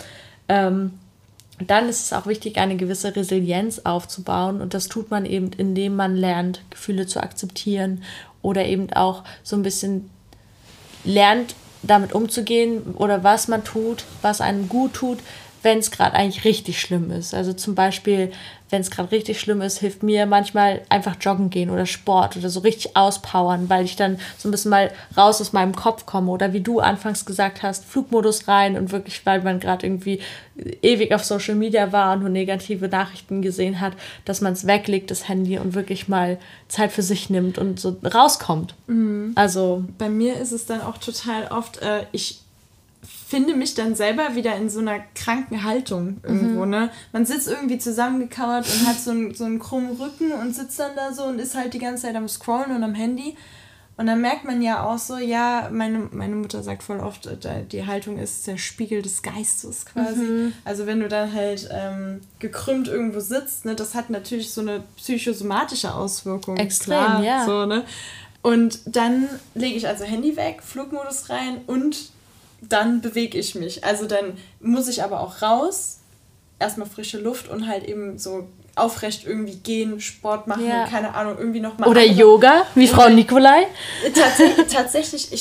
Dann ist es auch wichtig, eine gewisse Resilienz aufzubauen und das tut man eben, indem man lernt, Gefühle zu akzeptieren oder eben auch so ein bisschen lernt, damit umzugehen oder was man tut, was einem gut tut, wenn es gerade eigentlich richtig schlimm ist. Also zum Beispiel, wenn es gerade richtig schlimm ist, hilft mir manchmal einfach joggen gehen oder Sport oder so richtig auspowern, weil ich dann so ein bisschen mal raus aus meinem Kopf komme. Oder wie du anfangs gesagt hast, Flugmodus rein und wirklich, weil man gerade irgendwie ewig auf Social Media war und nur negative Nachrichten gesehen hat, dass man es weglegt, das Handy, und wirklich mal Zeit für sich nimmt und so rauskommt. Mhm. Also bei mir ist es dann auch total oft, ich finde mich dann selber wieder in so einer kranken Haltung irgendwo, ne? Man sitzt irgendwie zusammengekauert und hat so einen krummen Rücken und sitzt dann da so und ist halt die ganze Zeit am Scrollen und am Handy. Und dann merkt man ja auch so, ja, meine Mutter sagt voll oft, die Haltung ist der Spiegel des Geistes quasi. Also wenn du dann halt gekrümmt irgendwo sitzt, ne, das hat natürlich so eine psychosomatische Auswirkung. Extrem, klar, ja. So, ne? Und dann lege ich also Handy weg, Flugmodus rein und dann bewege ich mich. Also dann muss ich aber auch raus, erstmal frische Luft und halt eben so aufrecht irgendwie gehen, Sport machen, keine Ahnung, irgendwie nochmal. Oder Yoga, wie Frau Nikolai. Tatsächlich,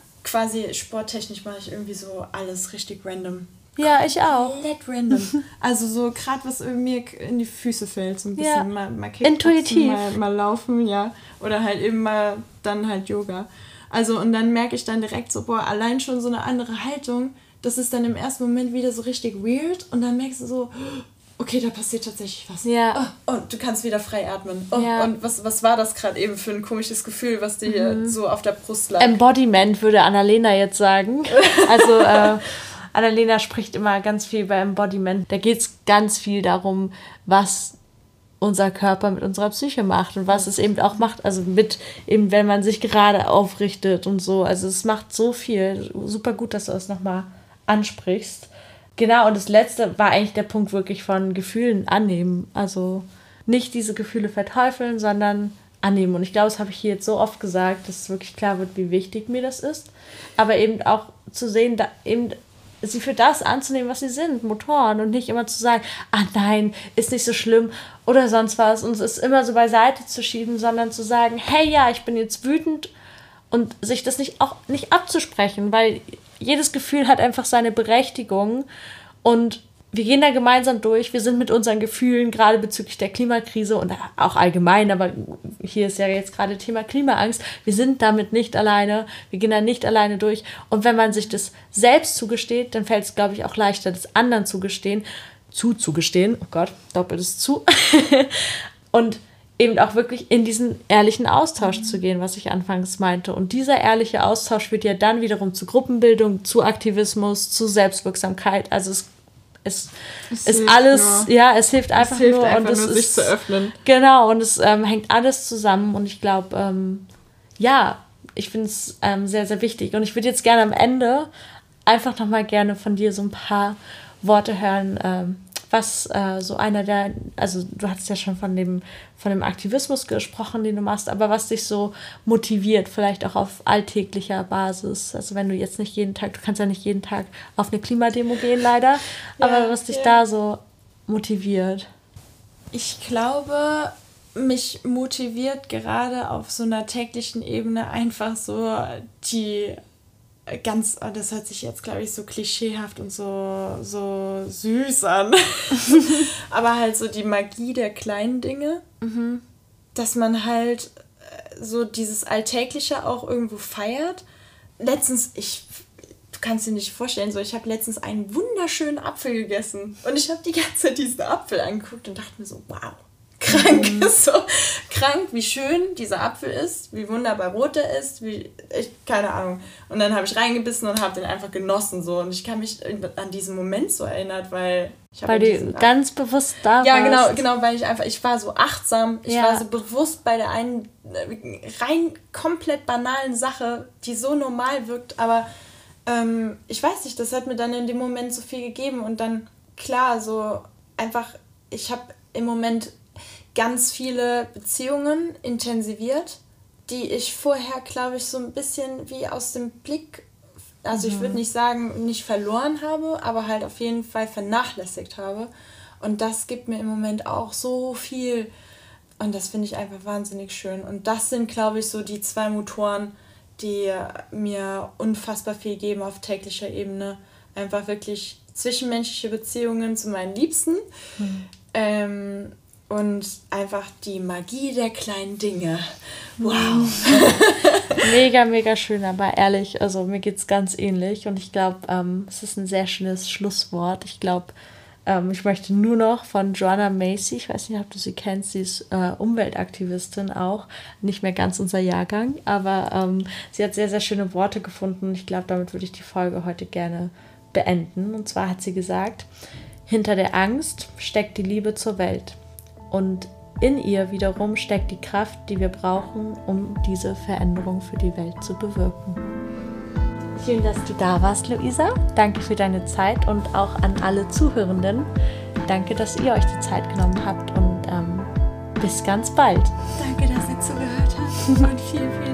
quasi sporttechnisch mache ich irgendwie so alles richtig random. Ja, ich auch. Komplett random. Also so gerade was mir in die Füße fällt, so ein bisschen mal Kickboxen, intuitiv. Mal laufen, ja. Oder halt eben mal dann halt Yoga. Also und dann merke ich dann direkt so, boah, allein schon so eine andere Haltung, das ist dann im ersten Moment wieder so richtig weird und dann merkst du so, okay, da passiert tatsächlich was. Ja. Oh, und du kannst wieder frei atmen. Oh, ja. Und was war das gerade eben für ein komisches Gefühl, was dir hier so auf der Brust lag? Embodiment, würde Annalena jetzt sagen. Also Annalena spricht immer ganz viel über Embodiment. Da geht es ganz viel darum, was unser Körper mit unserer Psyche macht und was es eben auch macht, also mit eben, wenn man sich gerade aufrichtet und so. Also es macht so viel. Super gut, dass du das nochmal ansprichst. Genau, und das Letzte war eigentlich der Punkt wirklich von Gefühlen annehmen. Also nicht diese Gefühle verteufeln, sondern annehmen. Und ich glaube, das habe ich hier jetzt so oft gesagt, dass es wirklich klar wird, wie wichtig mir das ist. Aber eben auch zu sehen, da eben sie für das anzunehmen, was sie sind, Motoren. Und nicht immer zu sagen, nein, ist nicht so schlimm oder sonst was. Und es immer so beiseite zu schieben, sondern zu sagen, hey, ja, ich bin jetzt wütend. Und sich das nicht abzusprechen, weil jedes Gefühl hat einfach seine Berechtigung und wir gehen da gemeinsam durch. Wir sind mit unseren Gefühlen, gerade bezüglich der Klimakrise und auch allgemein, aber hier ist ja jetzt gerade Thema Klimaangst, wir sind damit nicht alleine, wir gehen da nicht alleine durch. Und wenn man sich das selbst zugesteht, dann fällt es, glaube ich, auch leichter, das anderen zugestehen, oh Gott, doppeltes zu, und eben auch wirklich in diesen ehrlichen Austausch zu gehen, was ich anfangs meinte. Und dieser ehrliche Austausch führt ja dann wiederum zu Gruppenbildung, zu Aktivismus, zu Selbstwirksamkeit. Also es ist alles, es hilft einfach nur. Und es sich zu öffnen. Genau, und es hängt alles zusammen. Und ich glaube, ich finde es sehr, sehr wichtig. Und ich würde jetzt gerne am Ende einfach nochmal gerne von dir so ein paar Worte hören, was so einer der, also du hattest ja schon von dem Aktivismus gesprochen, den du machst, aber was dich so motiviert, vielleicht auch auf alltäglicher Basis. Also wenn du jetzt nicht jeden Tag, du kannst ja nicht jeden Tag auf eine Klimademo gehen, leider, aber was dich da so motiviert. Ich glaube, mich motiviert gerade auf so einer täglichen Ebene einfach so die das hört sich jetzt, glaube ich, so klischeehaft und so süß an. Aber halt so die Magie der kleinen Dinge. Dass man halt so dieses Alltägliche auch irgendwo feiert. Letztens, du kannst dir nicht vorstellen, so ich habe letztens einen wunderschönen Apfel gegessen. Und ich habe die ganze Zeit diesen Apfel angeguckt und dachte mir so, wow. Krank ist so krank, wie schön dieser Apfel ist, wie wunderbar rot der ist, keine Ahnung. Und dann habe ich reingebissen und habe den einfach genossen so und ich kann mich an diesen Moment so erinnern, weil du ganz bewusst da warst. Ja, genau, weil ich war so achtsam, ich war so bewusst bei der einen rein komplett banalen Sache, die so normal wirkt, aber ich weiß nicht, das hat mir dann in dem Moment so viel gegeben und dann klar, so einfach, ich habe im Moment ganz viele Beziehungen intensiviert, die ich vorher, glaube ich, so ein bisschen wie aus dem Blick, also ich würde nicht sagen, nicht verloren habe, aber halt auf jeden Fall vernachlässigt habe. Und das gibt mir im Moment auch so viel. Und das finde ich einfach wahnsinnig schön. Und das sind, glaube ich, so die 2 Motoren, die mir unfassbar viel geben auf täglicher Ebene. Einfach wirklich zwischenmenschliche Beziehungen zu meinen Liebsten. Und einfach die Magie der kleinen Dinge. Wow. Mega, mega schön, aber ehrlich, also mir geht's ganz ähnlich und ich glaube, es ist ein sehr schönes Schlusswort. Ich glaube, ich möchte nur noch von Joanna Macy, ich weiß nicht, ob du sie kennst, sie ist Umweltaktivistin auch, nicht mehr ganz unser Jahrgang, aber sie hat sehr, sehr schöne Worte gefunden. Ich glaube, damit würde ich die Folge heute gerne beenden. Und zwar hat sie gesagt, hinter der Angst steckt die Liebe zur Welt. Und in ihr wiederum steckt die Kraft, die wir brauchen, um diese Veränderung für die Welt zu bewirken. Schön, dass du da warst, Luisa. Danke für deine Zeit und auch an alle Zuhörenden. Danke, dass ihr euch die Zeit genommen habt und bis ganz bald. Danke, dass ihr zugehört habt und vielen, vielen